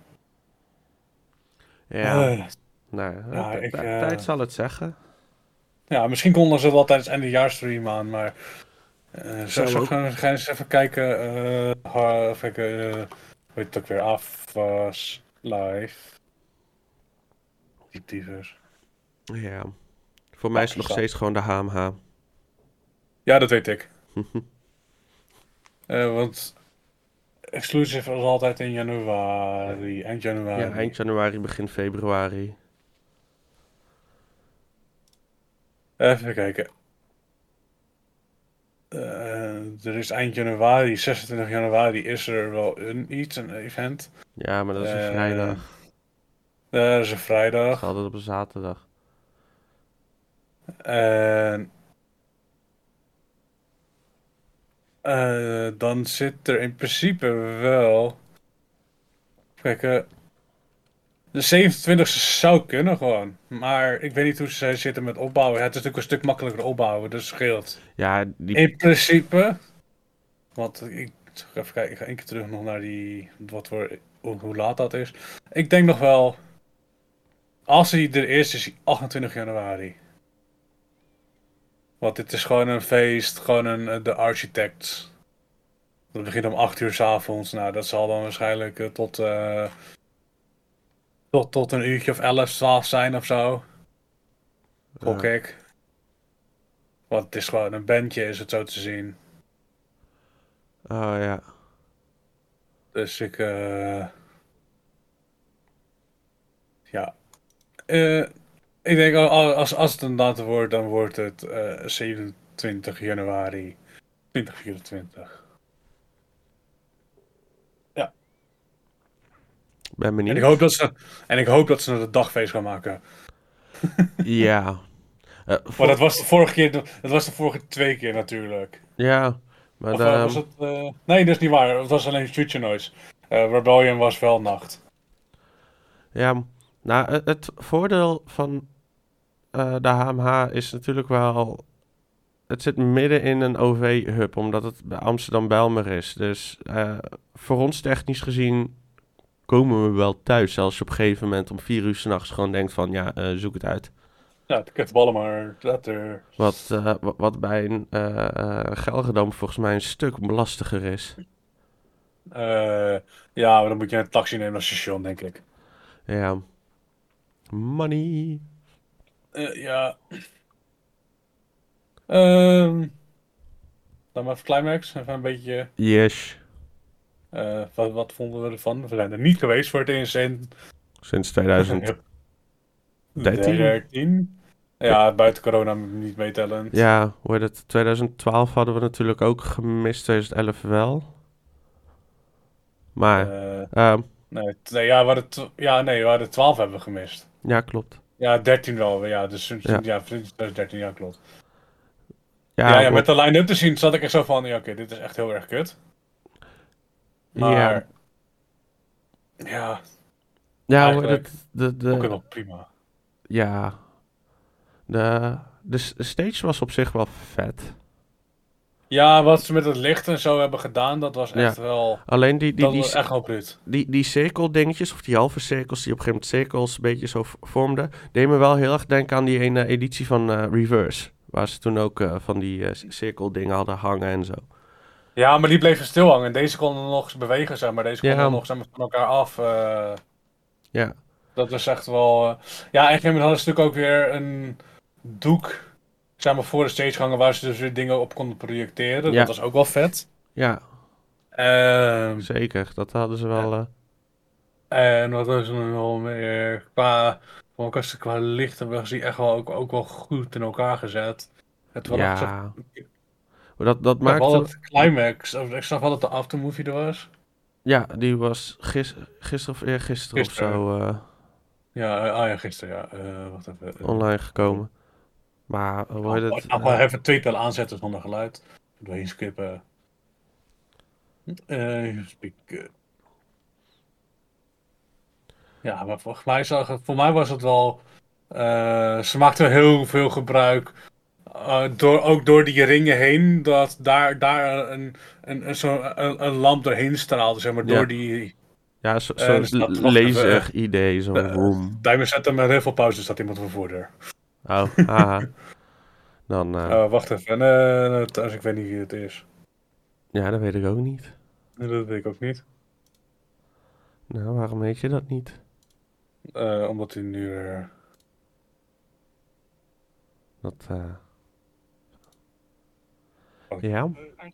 Ja, Eh, nou, ja, tijd zal het zeggen. ja, misschien konden ze het wel tijdens eindejaarsstream aan. Maar Zou ook. ga eens even kijken. Hoe heet het ook weer? Afwas live. Die tyfus. Ja, voor mij is het nog steeds gewoon de HMH. Ja, dat weet ik. Want exclusive was altijd in januari, eind januari. Ja, eind januari, begin februari. Even kijken. Er is eind januari, 26 januari, is er wel een event. Ja, maar dat is een vrijdag. Dat is een Het vrijdag. is altijd op een zaterdag. En dan zit er in principe wel. Kijk, de 27e zou kunnen gewoon. Maar ik weet niet hoe ze zitten met opbouwen. Het is natuurlijk een stuk makkelijker opbouwen, dus het scheelt. Ja, In principe. Want ik even kijken, ik ga één keer terug nog naar hoe laat dat is. Ik denk nog wel. Als hij er is hij 28 januari. Want dit is gewoon een feest, gewoon de Architects. Dat begint om 8 uur 's avonds. Nou, dat zal dan waarschijnlijk tot een uurtje of 11, 12 zijn of zo. Gok ik. Want het is gewoon een bandje, is het zo te zien. Oh ja. Dus ja. Ik denk, als het een datum wordt, dan wordt het 27 januari 2024. Ja. Ben benieuwd. En ik hoop dat ze het dagfeest gaan maken. Ja. Maar dat was de vorige 2 keer natuurlijk. Ja, maar Of was het... nee, dat is niet waar. Het was alleen Future Noise. Rebellion was wel nacht. ja, nou, het voordeel van de HMH is natuurlijk wel... Het zit midden in een OV-hub, omdat het bij Amsterdam-Bijlmer is. Dus voor ons technisch gezien komen we wel thuis. Als je op een gegeven moment om 4 uur 's nachts gewoon denkt van... Ja, zoek het uit. Ja, de kutballen maar later. Wat bij een Gelredome volgens mij een stuk lastiger is. Ja, maar dan moet je een taxi nemen naar het station, denk ik. Ja. Money. Ja. Dan maar even Climax. Even een beetje... Yes. wat vonden we ervan? We zijn er niet geweest voor het eerst in... Sinds 2013. 13. Ja, buiten corona niet meetellend. Ja, hoe heet het? 2012 hadden we natuurlijk ook gemist, 2011 wel. Maar, nee, we hadden 12 hebben we gemist. ja, klopt. Ja, 13 wel. Ja, dus Ja. ja, 2013, ja, klopt. Ja, Ja, met de line-up te zien zat ik echt zo van, ja, oké, dit is echt heel erg kut. Maar, ja, ja, hoe eigenlijk heet het? ook wel prima. Ja, de stage was op zich wel vet. Ja, wat ze met het licht en zo hebben gedaan, dat was echt Ja. wel... Alleen Dat was echt wel bruut. die cirkeldingetjes, of die halve cirkels die op een gegeven moment cirkels een beetje zo vormden, deed me wel heel erg denken aan die ene editie van Reverse. Waar ze toen ook van die cirkeldingen hadden hangen en zo. Ja, maar die bleven stil hangen. Deze konden nog bewegen, zeg maar. Deze konden Ja. nog zeg maar, van elkaar af. Ja. Dat is echt wel... Ja, en hadden ze natuurlijk ook weer een doek, zeg maar, voor de stage hangen waar ze dus weer dingen op konden projecteren. Ja. Dat was ook wel vet. Ja, Ehm, zeker. Dat hadden ze wel... en wat was er nog wel meer? Qua licht hebben ze die echt wel ook wel goed in elkaar gezet. Het was Ja. ik Dat zag wel maakte... dat Climax, of ik zag wel dat de aftermovie er was. Ja, die was gisteren of eergisteren of zo Ja, gisteren, ja. Wacht even. online gekomen. Maar hoe heet het? Nog wel even 2 tellen aanzetten zonder geluid. Doorheen skippen. Speak. Ja, maar voor mij was het wel... ze maakten heel veel gebruik, ook door die ringen heen, dat daar een lamp doorheen straalde, zeg maar, door Ja, die... ja zo'n wacht even, laser-idee, zo'n room. Timer zetten met heel veel pauze, staat iemand voor de voordeur. Oh, haha. Dan, Wacht even, trouwens, ik weet niet wie het is. ja, dat weet ik ook niet. Nee, dat weet ik ook niet. Nou, waarom weet je dat niet? Omdat hij nu... Dat, Oh. ja.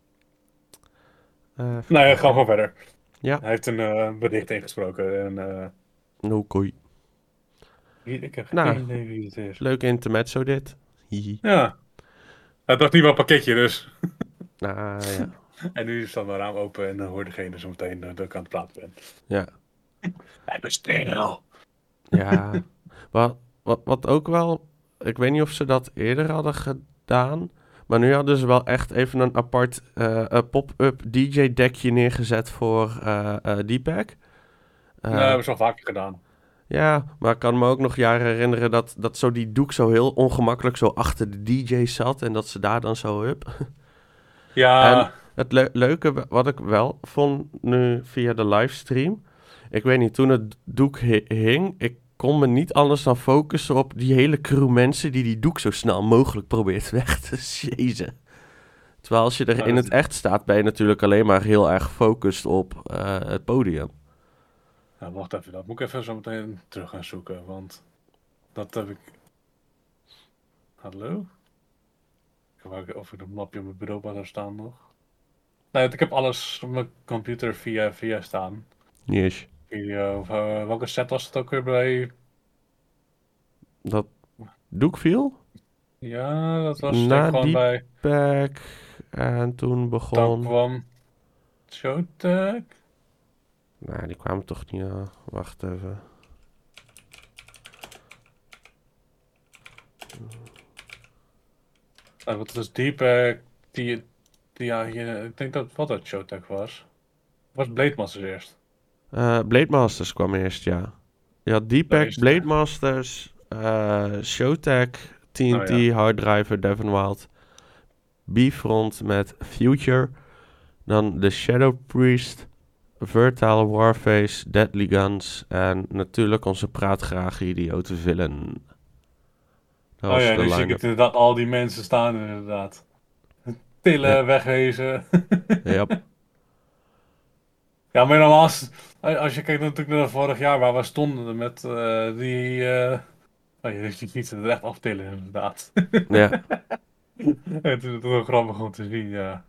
Nou ja, gaan we gewoon verder. Ja. Hij heeft een bericht ingesproken en... No koei. ik heb Nou. geen idee wie het is. Leuk intermezzo dit. Hihi. Ja. Hij dacht niet wel een pakketje, dus. Nou, ja. En nu staat mijn raam open en dan hoort degene zo meteen dat ik aan het praten ben. Ja. Hij is stil. Ja. Wat ook wel... Ik weet niet of ze dat eerder hadden gedaan. Maar nu hadden ze wel echt even een apart pop-up DJ-dekje neergezet voor Deepak. Nee, dat hebben ze al vaker gedaan. Ja, maar ik kan me ook nog jaren herinneren dat zo die doek zo heel ongemakkelijk zo achter de DJ zat. En dat ze daar dan zo up. Ja. En het leuke wat ik wel vond nu via de livestream. Ik weet niet, toen het doek hing, ik kon me niet anders dan focussen op die hele crew mensen die doek zo snel mogelijk probeert weg te chasen. Terwijl als je er in het echt staat, ben je natuurlijk alleen maar heel erg gefocust op het podium. Nou, wacht even, dat moet ik even zo meteen terug gaan zoeken, want dat heb ik... Hallo? Of ik een mapje op mijn bureau had staan nog. Nee, ik heb alles op mijn computer via staan. Yes. Video, welke set was het ook weer bij? Dat doek viel? Ja, dat was Na gewoon die bij... pack en toen Dan begon... kwam... Showtag? Nou, die kwamen toch niet... wacht even. Wat was die ja, ik denk dat wat dat Showtag was. Was Blade Masters eerst? Blade Masters kwam eerst, ja. Je had Deepak, Blade Masters, Showtag, TNT, ja. Hard Driver, Devon Wild, Bifront met Future, dan The Shadow Priest, Vertile Warface, Deadly Guns en natuurlijk onze praatgraag idiote villain. Dat was ja, de nu zie ik het inderdaad, al die mensen staan inderdaad. Tillen, Ja. wegwezen. Yep. Ja, maar normaal, als je kijkt natuurlijk naar vorig jaar waar we stonden met die... Oh, je ziet het echt aftillen inderdaad. Ja. Het is wel grappig om te zien, ja.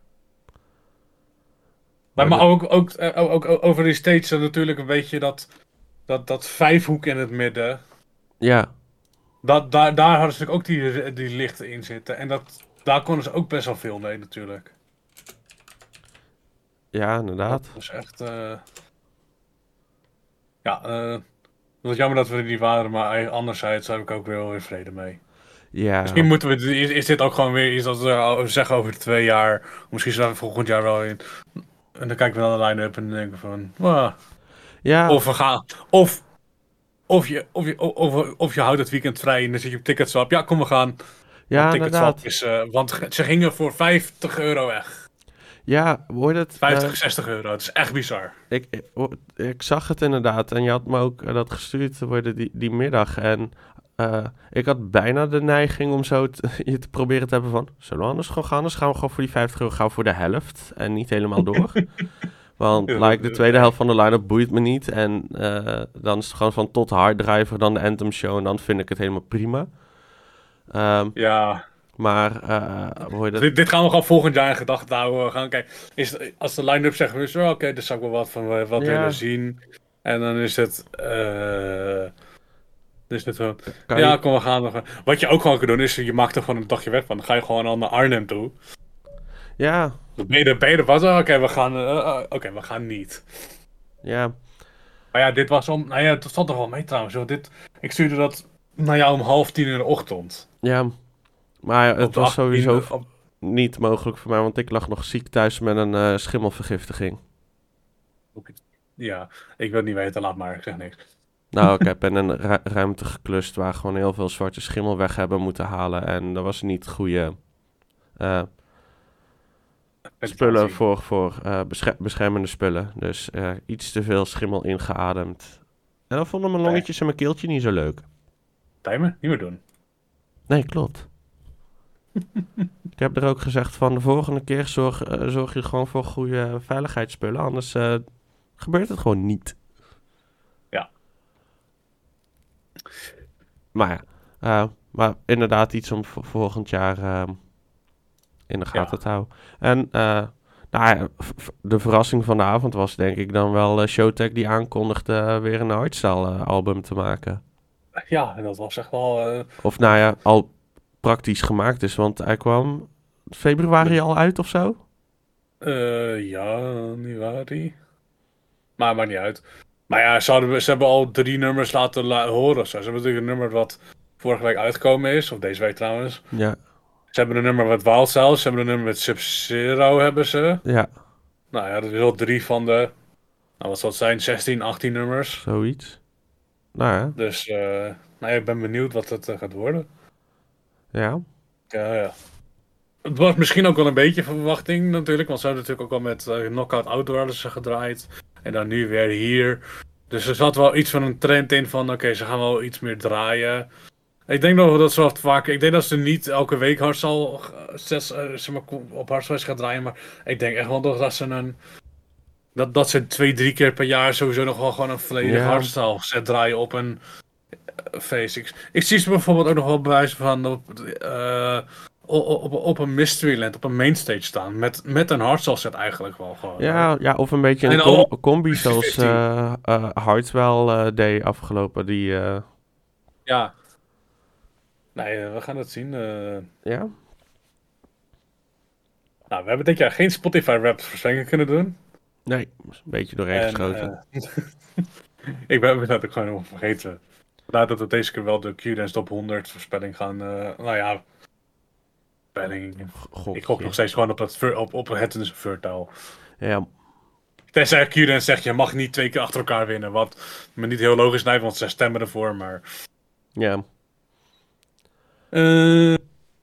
Maar ook over die stage natuurlijk een beetje dat vijfhoek in het midden. Ja. Daar hadden ze natuurlijk ook die lichten in zitten. En daar konden ze ook best wel veel mee natuurlijk. Ja, inderdaad. Dat was echt... Ja, het was jammer dat we er niet waren, maar anderzijds heb ik ook weer vrede mee. Ja. Misschien moeten we... Is dit ook gewoon weer iets dat we zeggen over 2 jaar? Misschien zijn we volgend jaar wel in. En dan kijken we naar de line-up en dan denken we van... Wow. Ja. Of we gaan... Of je houdt het weekend vrij en dan zit je op Ticketswap. Ja, kom we gaan. Ja, Ticketswap inderdaad. is... want ze gingen voor €50 weg. Ja, hoor het? 50, €60. Het is echt bizar. Ik zag het inderdaad. En je had me ook dat gestuurd te worden die middag. En ik had bijna de neiging om zo je te proberen te hebben van... Zullen we anders gewoon gaan? Dus gaan we gewoon voor die €50 gaan voor de helft. En niet helemaal door. Want de tweede helft van de line-up boeit me niet. En dan is het gewoon van tot Hard Driver, dan de Anthem Show. En dan vind ik het helemaal prima. Ja... Maar, dit gaan we gewoon volgend jaar in gedachten houden. We gaan kijken. Als de line-up zeggen we zo, oké, daar zou ik wel wat van willen zien. En dan is het... zo. Ja, kom, we gaan nog. Wat je ook gewoon kan doen, is je maakt er gewoon een dagje weg van. Dan ga je gewoon al naar Arnhem toe. Ja. Dan ben je wat? Oké, we gaan niet. Ja. Maar ja, dit was nou ja, dat valt toch wel mee trouwens. Ik stuurde dat naar jou om 9:30 in de ochtend. Ja. Maar het was sowieso niet mogelijk voor mij, want ik lag nog ziek thuis met een schimmelvergiftiging. Ja, ik wil het niet weten, laat maar, ik zeg niks. Nou, ik heb in een ruimte geklust waar gewoon heel veel zwarte schimmel weg hebben moeten halen. En dat was niet goede eh, spullen Ventilatie. voor beschermende spullen. Dus iets te veel schimmel ingeademd. En dan vonden mijn Nee, longetjes en mijn keeltje niet zo leuk. timer? Niet meer doen. Nee, klopt. Ik heb er ook gezegd van de volgende keer zorg je gewoon voor goede veiligheidsspullen. Anders gebeurt het gewoon niet. Ja. Maar ja, maar inderdaad iets om voor volgend jaar in de gaten Ja. te houden. En nou ja, de verrassing van de avond was denk ik dan wel Showtek die aankondigde weer een hardstyle album te maken. Ja, en dat was echt wel... Of nou ja, al praktisch gemaakt is, want hij kwam februari al uit of zo. januari. Maar maakt niet uit. Maar ja, ze hebben al 3 nummers laten horen. Ze hebben natuurlijk een nummer wat vorige week uitgekomen is. Of deze week trouwens. Ja, Ze hebben een nummer met Wild Cells. Ze hebben een nummer met Sub-Zero hebben ze. ja, Nou ja, dat is al 3 van de... Nou, wat zal het zijn? 16, 18 nummers. zoiets. Nou ja, Dus nou ja, ik ben benieuwd wat het gaat worden. ja. Ja, ja. Het was misschien ook wel een beetje verwachting natuurlijk. Want ze hebben natuurlijk ook al met Knockout Outdoors gedraaid. En dan nu weer hier. Dus er zat wel iets van een trend in van... Oké, ze gaan wel iets meer draaien. Ik denk nog dat ze wat vaker... Ik denk dat ze niet elke week hardstyle zeg maar, op hardstyle gaan draaien. Maar ik denk echt wel dat ze een... Dat ze 2, 3 keer per jaar sowieso nog wel gewoon een volledig Ja, hardstyle set draaien op een face. Ik zie ze bijvoorbeeld ook nog wel bewijzen van op een Mysteryland, op een mainstage staan. Met een hardstyle set eigenlijk wel gewoon hoor. ja, of een beetje een En al combi zoals 50-50. Hartwell deed afgelopen. Die, Ja, nee, we gaan het zien. ja, Nou, we hebben dit jaar geen Spotify Wrapped voorspellingen kunnen doen. nee, is een beetje doorheen En geschoten. ik ben dat ook gewoon helemaal vergeten. Vandaar dat we deze keer wel de Q-Dance Top 100 voorspelling gaan. Nou ja, voorspelling. Ik gok nog Gokje. steeds gewoon op het is een Vertaal. Ja, Tenzij Q-Dance zegt je mag niet 2 keer achter elkaar winnen. Wat me niet heel logisch lijkt, want ze stemmen ervoor. Maar. ja, eh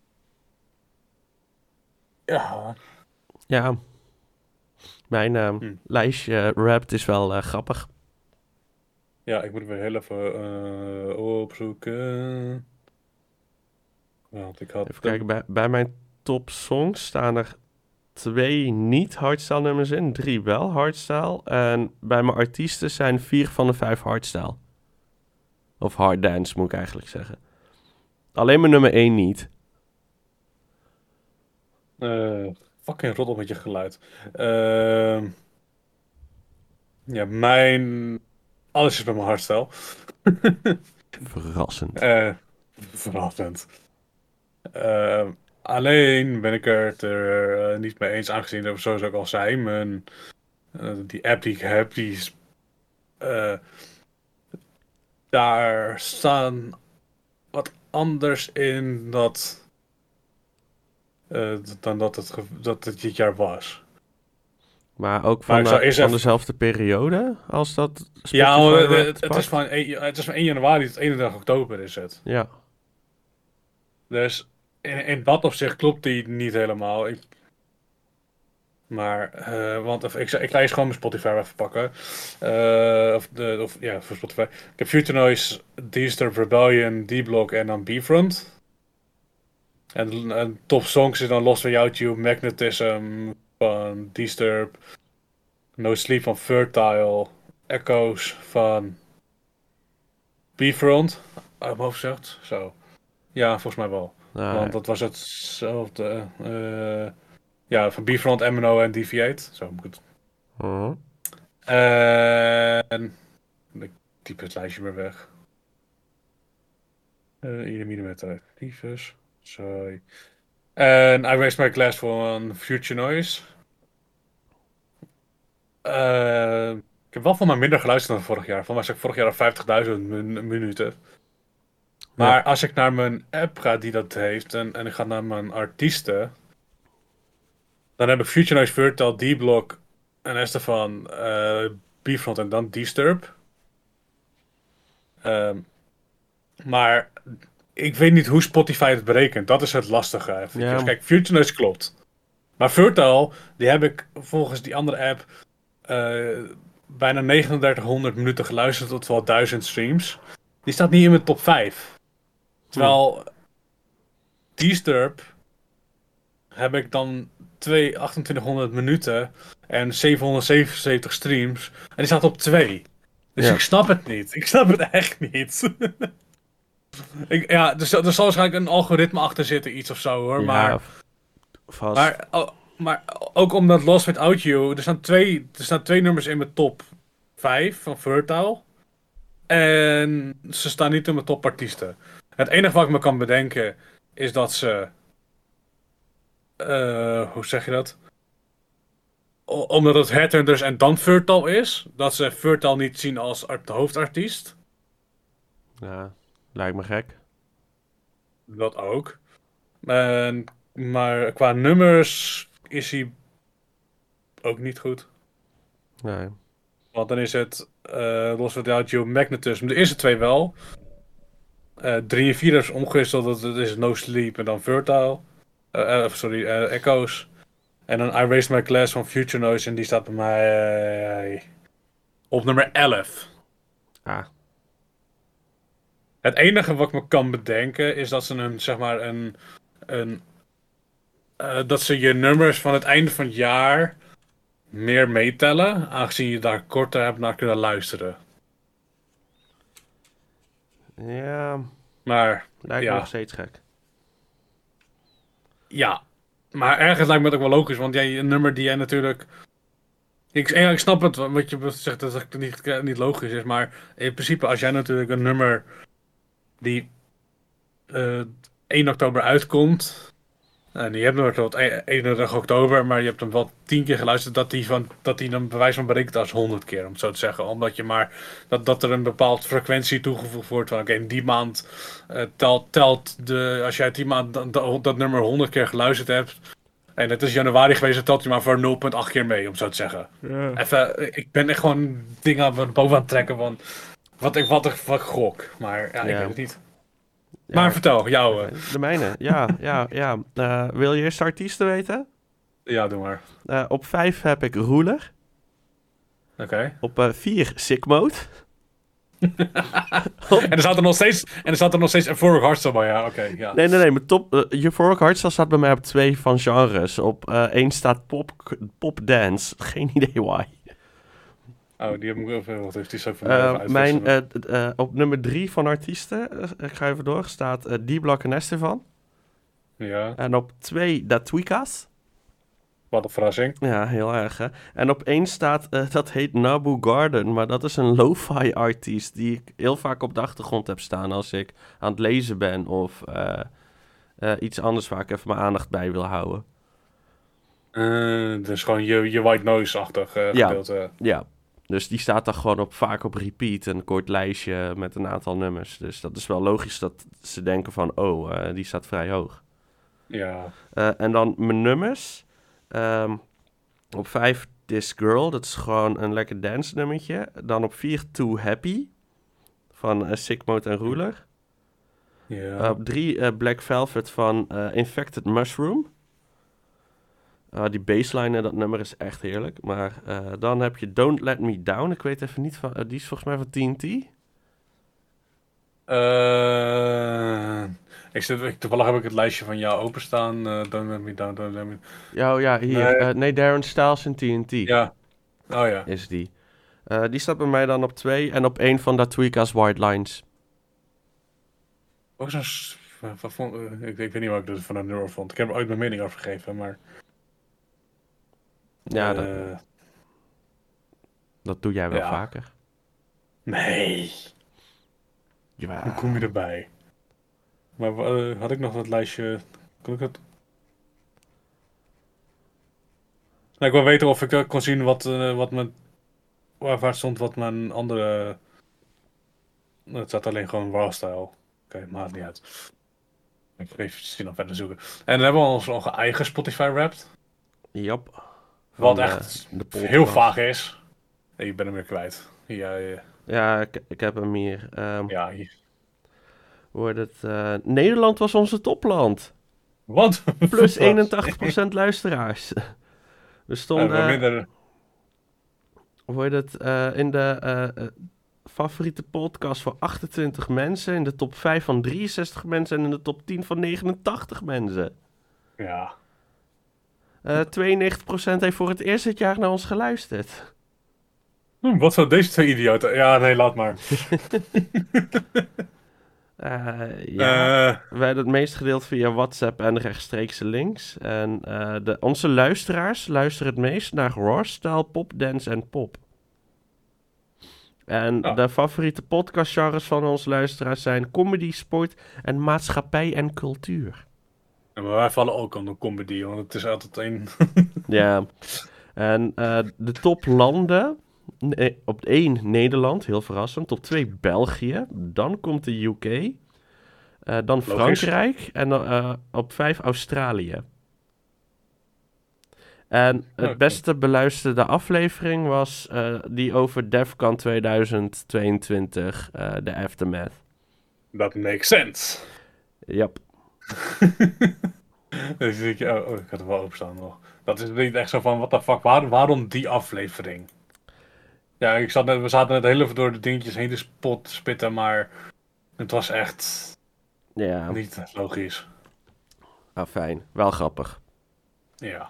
ja. ja. Mijn Hm. lijstje Wrapped is wel grappig. Ja, ik moet het weer heel even opzoeken. Want ik had Even kijken, bij mijn top songs staan er 2 niet hardstyle nummers in, 3 wel hardstyle. En bij mijn artiesten zijn 4 van de 5 hardstyle. Of hard dance moet ik eigenlijk zeggen. Alleen mijn nummer 1 niet. fucking roddel met je geluid. Ehm, ja, mijn. Alles is bij mijn hardstyle. Verrassend. Verrassend. Ehm, alleen ben ik er niet mee eens, aangezien dat, zoals ik al zei, die app die ik heb, die is, eh, daar staan wat anders in dan dat het dit jaar was. Maar ook Maar ik zou eerst van even. dezelfde periode als dat Ja, Spotify Wrapped het is pakt? het is van 1 januari tot 31 oktober is het. Ja, Dus in dat opzicht klopt die niet helemaal. Maar, want ik ga eerst gewoon mijn Spotify even pakken. Ja, voor Spotify. Ik heb Future Noise, Disturb, Rebellion, D-Block en dan B-Front. En top songs is dan Lost Without You, Magnetism van Disturb, No Sleep van Fertile, Echoes van B-Front. Uit mijn hoofd gezegd. Zo. Ja, volgens mij wel. nou, Want dat was hetzelfde. Ja, van Bifront, MNO en Deviate. Zo moet ik het. uh-huh. En. Ik typ het lijstje weer weg. Ieder met tyfus. Sorry. En I Raise My Glass van Future Noise. Ik heb wel van mij minder geluisterd dan vorig jaar. Van mij zat ik vorig jaar al 50.000 minuten. Ja, Maar als ik naar mijn app ga die dat heeft en ik ga naar mijn artiesten, dan heb ik Future Noise, Vertel, D-Block en Estefan, Bifront en dan Disturb. Ehm, maar ik weet niet hoe Spotify het berekent. Dat is het lastige. Eventjes. Ja. Kijk, Future Noise klopt. Maar Fertile, die heb ik volgens die andere app bijna 3900 minuten geluisterd tot wel 1000 streams. Die staat niet in mijn top 5. Terwijl Disturb heb ik dan 2800 minuten en 777 streams. En die staat op 2. Dus Ja. ik snap het niet. Ik snap het echt niet. Er zal waarschijnlijk een algoritme achter zitten, iets of zo hoor. Ja, vast. Maar ook omdat Lost Without You, er staan twee nummers in mijn top 5 van Fertile. En ze staan niet in mijn topartiesten. Het enige wat ik me kan bedenken is dat ze. Hoe zeg je dat? Omdat het Headhunters en dan Fertile is, dat ze Fertile niet zien als de hoofdartiest. Ja, lijkt me gek. Dat ook. Maar qua nummers is hij ook niet goed. Nee. Want dan is het Lost Without You, Magnetism. De eerste twee wel. 3 en 4 is omgewisseld. Dat is No Sleep en dan Fertile. Echoes. En dan I Raised My Glass van Future Noise. En die staat bij mij op nummer 11. Ah, Het enige wat ik me kan bedenken is dat ze dat ze je nummers van het einde van het jaar meer meetellen, aangezien je daar korter hebt naar kunnen luisteren. ja, Maar lijkt me Ja. nog steeds gek. ja, maar ergens lijkt me het ook wel logisch, want een nummer die jij natuurlijk. Ik snap het wat je zegt dat het niet logisch is, maar in principe als jij natuurlijk een nummer die 1 oktober uitkomt. En je hebt hem tot 31 oktober, maar je hebt hem wel 10 keer geluisterd dat die dan bewijs van berekent als 100 keer, om het zo te zeggen. Omdat je maar dat er een bepaald frequentie toegevoegd wordt van oké, in die maand als jij die maand dat nummer 100 keer geluisterd hebt. En het is januari geweest, dan telt hij maar voor 0,8 keer mee, om het zo te zeggen. Ja. Even, ik ben echt gewoon dingen boven aan het trekken van wat ik gok. Maar ja, ik Ja. weet het niet. Ja, Maar vertel, jou. de mijne, ja. Wil je eerst de artiesten weten? Ja, doe maar. Op 5 heb ik Ruler. Oké. Op 4 Sick Mode. En er staat er nog steeds Euphoric Heartstyle bij, ja, oké. Ja. Nee, mijn top... Euphoric Heartstyle staat bij mij op 2 van genres. Op 1 staat pop dance. Geen idee why. Oh, die heb ik even. Wat heeft die zo van mij Op nummer 3 van artiesten, ik ga even door, staat D-Block en Estevan. Ja, En op 2 Datwikas. wat een verrassing. Ja, heel erg, hè. En op 1 staat, dat heet Nabu Garden, maar dat is een lo-fi artiest die ik heel vaak op de achtergrond heb staan als ik aan het lezen ben of iets anders waar ik even mijn aandacht bij wil houden. Dus gewoon je white noise-achtig gedeelte. Ja, dus die staat dan gewoon vaak op repeat, een kort lijstje met een aantal nummers. Dus dat is wel logisch dat ze denken van, die staat vrij hoog. Ja. En dan mijn nummers. Op 5 This Girl, dat is gewoon een lekker dance nummertje. Dan op 4 Too Happy van Sick Mode en Ruler. Ja. Op 3 Black Velvet van Infected Mushroom. Die baseline, dat nummer is echt heerlijk. Maar dan heb je Don't Let Me Down. Ik weet even niet van... die is volgens mij van TNT. Toevallig heb ik het lijstje van jou openstaan. Don't Let Me Down, Don't Let Me... Ja, hier. Nee, Darren Styles en TNT Ja. Oh ja. is die. Die staat bij mij dan op 2. En op 1 van Datwika's White Lines. Ook zo'n... Ik weet niet wat ik er van een nummer vond. Ik heb er ooit mijn mening over gegeven, maar... Ja, dat doe jij wel ja. vaker. Nee. Ja. Hoe kom je erbij? Maar had ik nog dat lijstje... Kon ik het... Nou, ik wil weten of ik kon zien wat mijn... Waar stond wat mijn andere... Het staat alleen gewoon Warstyle. Oké, maakt niet uit. Ik ga even nog verder zoeken. En dan hebben we ons nog een eigen Spotify Wrapped. Jap. Wat Van, echt de heel podcast. vaag is. Nee, ik ben hem weer kwijt. Ja. Ja, ik heb hem hier. Ja, hier. Hoe heet het? Nederland was onze topland. Wat? Plus Wat? 81% luisteraars. We Wat stonden, minder. hoe heet het, in de favoriete podcast voor 28 mensen. In de top 5 van 63 mensen. En in de top 10 van 89 mensen. Ja. 92% heeft voor het eerst dit jaar naar ons geluisterd. Wat zou deze twee idioten... Ja, nee, laat maar. Ja, Eh, we hebben het meest gedeeld via WhatsApp en rechtstreekse links. En onze luisteraars luisteren het meest naar raw-style, pop, dance en pop. En oh. de favoriete podcastgenres van onze luisteraars zijn comedy, sport en maatschappij en cultuur. Ja, maar wij vallen ook onder comedy, want het is altijd één... Ja, en de toplanden... Nee, op 1 Nederland, heel verrassend. Op 2 België. Dan komt de UK. Dan Frankrijk. En op 5 Australië. En het beste beluisterde aflevering was die over Defcon 2022, de Aftermath. Dat makes sense. Yep. Dus ik had er wel opstaan nog. Dat is niet echt zo van, what the fuck, waarom die aflevering? Ja, we zaten net heel even door de dingetjes heen te spitten, maar het was echt niet logisch. Ah, fijn. Wel grappig. Ja.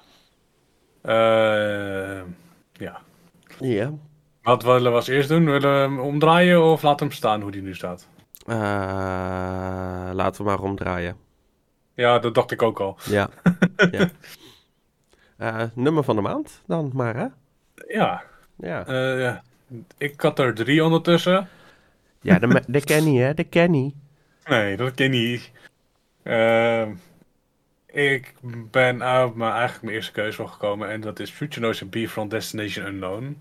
Ja. Ja. Wat willen we als eerst doen? Willen we hem omdraaien of laten hem staan hoe die nu staat? Laten we maar omdraaien. Ja, dat dacht ik ook al. Ja. Ja. Nummer van de maand dan maar, hè? Ja. Ja. Ja. Ik had er 3 ondertussen. Ja, de Kenny, hè? De Kenny. Nee, dat ken ik niet. Ik ben eigenlijk mijn eerste keuze voor gekomen en dat is Future Noise en B from Destination Unknown.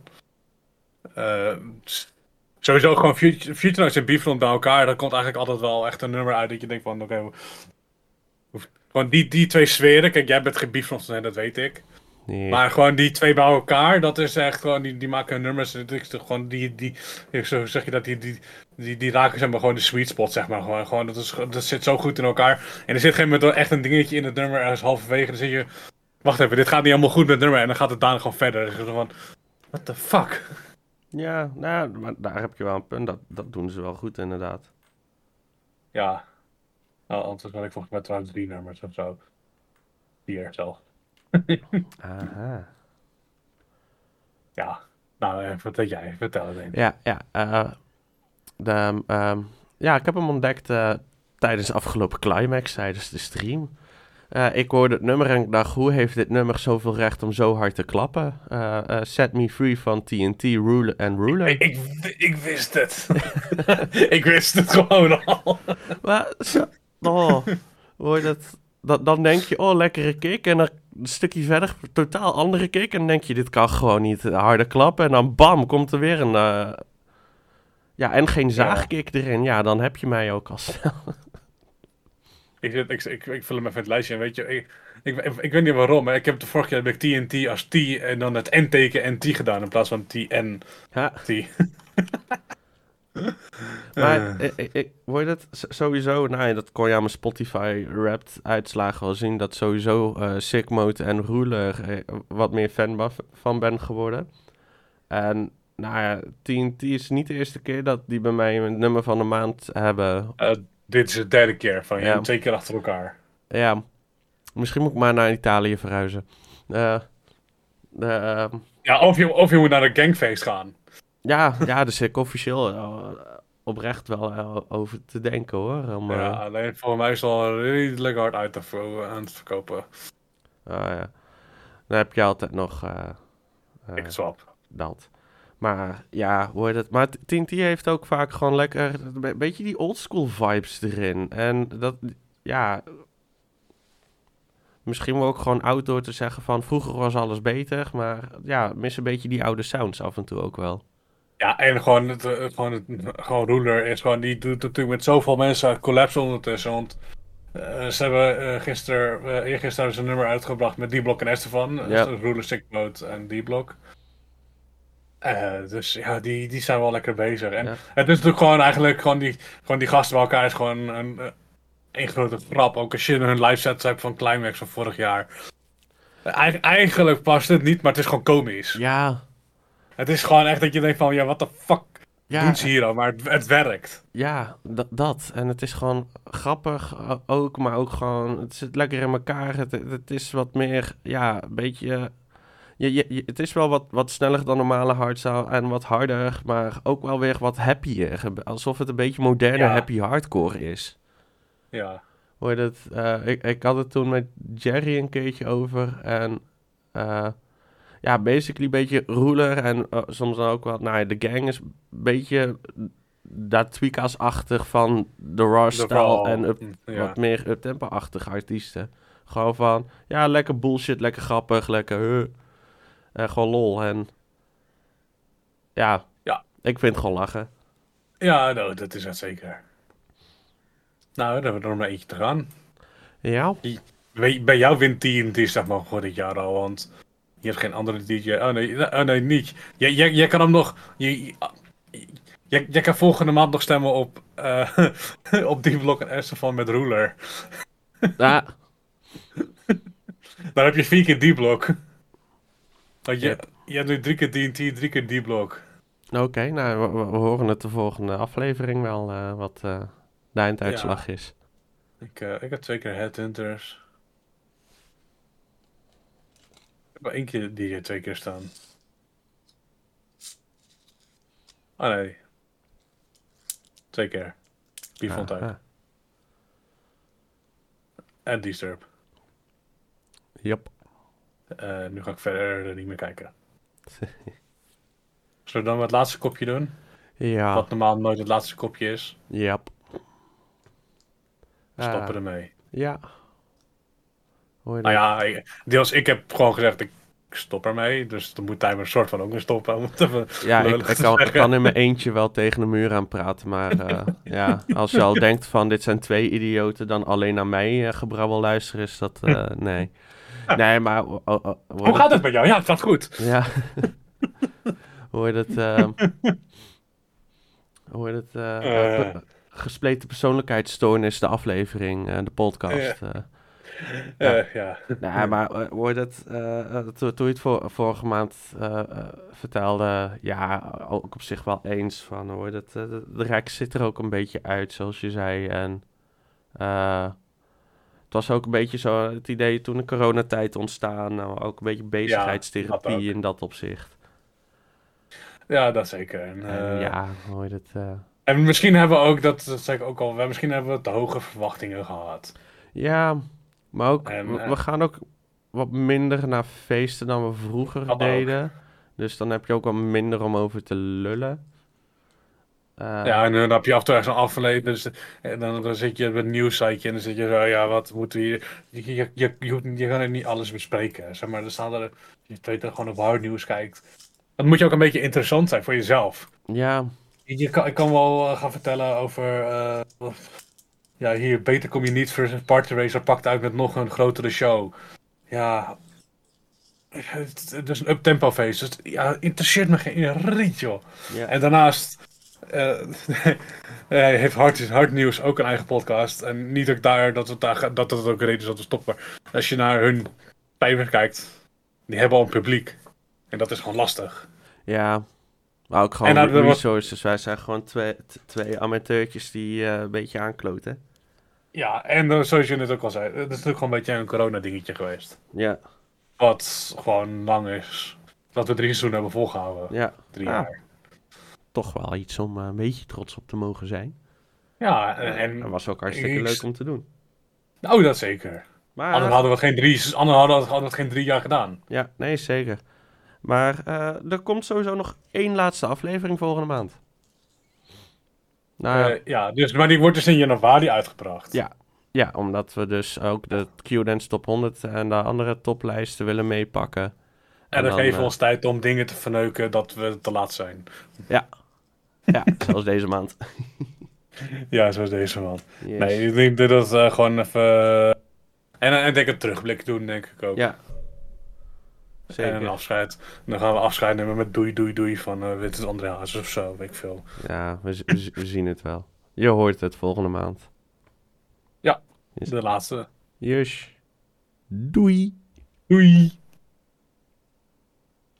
Sowieso gewoon Future Noise en Bifront bij elkaar, dat komt eigenlijk altijd wel echt een nummer uit dat je denkt van oké, gewoon die twee sferen. Kijk, jij bent geen Bifront, dat weet ik. Nee. Maar gewoon die twee bij elkaar, dat is echt gewoon, die maken nummers, gewoon zo zeg je dat, die raken zeg maar gewoon de sweet spot, zeg maar. Gewoon dat zit zo goed in elkaar. En er zit geen moment echt een dingetje in het nummer ergens halverwege, dan zit je, wacht even, dit gaat niet helemaal goed met het nummer, en dan gaat het daarna gewoon verder. Dus van, what the fuck? Ja, nou, maar daar heb je wel een punt. Dat doen ze wel goed, inderdaad. Ja. Nou, anders ben ik volgens mij trouwens 3 nummers of zo. 4 zelf. Aha. Ja. Nou, vertel het eens. Ja, ik heb hem ontdekt tijdens de afgelopen climax, tijdens de stream. Ik hoorde het nummer en ik dacht, hoe heeft dit nummer zoveel recht om zo hard te klappen? Set Me Free van TNT, Ruler. Ik wist het. Ik wist het gewoon al. Maar, hoor je dat? Dan denk je, oh, lekkere kick. En dan een stukje verder, totaal andere kick. En dan denk je, dit kan gewoon niet harder klappen. En dan bam, komt er weer een... en geen zaagkick erin. Ja, dan heb je mij ook al snel. Ik vul hem even in het lijstje. En weet je, ik weet niet waarom, maar ik heb de vorige keer heb ik TNT als T en dan het N-teken NT gedaan in plaats van TN. Ja. T. Maar hoor je dat sowieso? Nou, dat kon je aan mijn Spotify Wrapped uitslagen wel zien. Dat sowieso Sick Mode en Ruler wat meer fan van ben geworden. En nou ja, TNT is niet de eerste keer dat die bij mij een nummer van de maand hebben. Dit is de derde keer van je, Ja. 2 keer achter elkaar. Ja, misschien moet ik maar naar Italië verhuizen. Ja, of je moet naar een gangfeest gaan. Ja, daar zit ik officieel oprecht wel over te denken, hoor. Ja, alleen voor mij is het al redelijk hard uit aan het verkopen. Ja. Dan heb je altijd nog Ik swap. dat. Maar ja, hoe heet het? Maar TNT heeft ook vaak gewoon lekker een beetje die oldschool vibes erin. En dat, ja... Misschien wel ook gewoon oud door te zeggen van vroeger was alles beter. Maar ja, mis een beetje die oude sounds af en toe ook wel. Ja, en gewoon Ruler is gewoon, die doet natuurlijk met zoveel mensen collapse ondertussen. Want ze hebben eergisteren hebben ze een nummer uitgebracht met D-Block en Estefan. Ja. Ruler, Sick Mode en D-Block. Dus ja, die zijn wel lekker bezig. En Ja. het is natuurlijk gewoon eigenlijk gewoon die gasten bij elkaar is gewoon een grote grap. Ook als je hun live sets hebt van Climax van vorig jaar. Eigenlijk past het niet, maar het is gewoon komisch. Ja, Het is gewoon echt dat je denkt van, ja, what the fuck ja, doen ze hier al? Maar het werkt. ja, dat. En het is gewoon grappig ook, maar ook gewoon, het zit lekker in elkaar. Het is wat meer, ja, een beetje... het is wel wat sneller dan normale hardstyle en wat harder, maar ook wel weer wat happier. Alsof het een beetje moderne Ja. happy hardcore is. Ja. Hoor je dat? Ik had het toen met Jerry een keertje over en ja, basically een beetje ruler en soms dan ook wel, nou ja, de gang is een beetje dat tweakers-achtig van de raw-style en wat meer up-tempo-achtige artiesten. Gewoon van, ja, lekker bullshit, lekker grappig, lekker gewoon lol. En ja, ik vind het gewoon lachen. Ja, nou, dat is het zeker. Nou, dan hebben we er nog maar eentje te gaan. Ja? Bij jou wint TNT zeg maar gewoon dit jaar al, want je hebt geen andere DJ. Oh nee, niet. Jij kan hem nog... Jij kan volgende maand nog stemmen op, op D-Block en Estefan met Ruler. Ja. Dan heb je 4 keer D-Block. Want je hebt nu 3 keer TNT, 3 keer D-Block. Oké, nou, we horen het de volgende aflevering wel wat de einduitslag is. Ik heb 2 keer Headhunters. Ik heb maar 1 keer DJ 2 keer staan. Oh nee. 2 keer. Biefontuin. En Disturb. Yep. Nu ga ik verder niet meer kijken. Zullen we dan het laatste kopje doen? Ja. Wat normaal nooit het laatste kopje is. Yep. Stoppen ermee. Ja. Hoor je Nou ja, deels ik heb gewoon gezegd ik stop ermee. Dus dan moet hij maar een soort van ook weer stoppen. Om het even ja, ik kan in mijn eentje wel tegen de muur aan praten. Maar ja, als je al denkt van dit zijn 2 idioten, dan alleen naar mij gebrabbel luisteren, is dat nee. Nee, maar... Hoe gaat het met jou? Ja, het gaat goed. Ja. Hoe heet het? Gespleten persoonlijkheidsstoornis, de aflevering, de podcast. Ja. Nee, maar hoor je het? Toen je het vorige maand vertelde, ja, ook op zich wel eens van, hoor dat de rek zit er ook een beetje uit, zoals je zei. En het was ook een beetje zo het idee toen de coronatijd ontstaan, nou, ook een beetje bezigheidstherapie in dat opzicht. Ja, dat zeker. En ja, hoor je het? En misschien hebben we ook, dat zei ik ook al, misschien hebben we te hoge verwachtingen gehad. Ja, maar ook, we gaan ook wat minder naar feesten dan we vroeger deden. Ook. Dus dan heb je ook wat minder om over te lullen. Ja, en dan heb je af en toe echt zo'n aflevering. Dus, dan zit je met een nieuwssiteje en dan zit je zo, ja, wat moeten we hier... Je kan er niet alles bespreken. Zeg maar, er staat er, je weet er gewoon op hard nieuws kijkt. Dat moet je ook een beetje interessant zijn voor jezelf. Ja. Ik kan wel gaan vertellen over... ja, hier, beter kom je niet versus Party Racer pakt uit met nog een grotere show. Ja... Het is een up-tempo feest. Dus ja, interesseert me geen riet, joh. Ja. En daarnaast... heeft Hard Nieuws ook een eigen podcast. En niet ook daar dat het ook reden is dat we stoppen. Als je naar hun cijfers kijkt, die hebben al een publiek. En dat is gewoon lastig. Ja, maar ook gewoon resources. Wij zijn gewoon twee amateurtjes die een beetje aankloten. Ja, en zoals je net ook al zei, het is natuurlijk gewoon een beetje een corona-dingetje geweest. Ja. Wat gewoon lang is. Dat we 3 seizoenen hebben volgehouden. Ja. 3 jaar. Toch wel iets om een beetje trots op te mogen zijn. Ja, en dat was ook hartstikke leuk om te doen. Nou, dat zeker. Maar... Anders hadden we het geen 3 jaar gedaan. Ja, nee, zeker. Maar er komt sowieso nog 1 laatste aflevering volgende maand. Nou, ja, maar die wordt dus in januari uitgebracht. Ja, omdat we dus ook de Q-Dance Top 100 en de andere toplijsten willen meepakken. En dan geven we ons tijd om dingen te verneuken dat we te laat zijn. Ja, zoals deze maand. Ja, zoals deze maand. Yes. Nee, ik denk dat we gewoon even... En denk een terugblik doen, denk ik ook. Ja. Zeker. En een afscheid. Dan gaan we afscheid nemen met doei, doei, doei van Vincent André Hazes of zo, weet ik veel. Ja, we zien het wel. Je hoort het volgende maand. Ja, Yes. de laatste. Yes. Doei. Doei!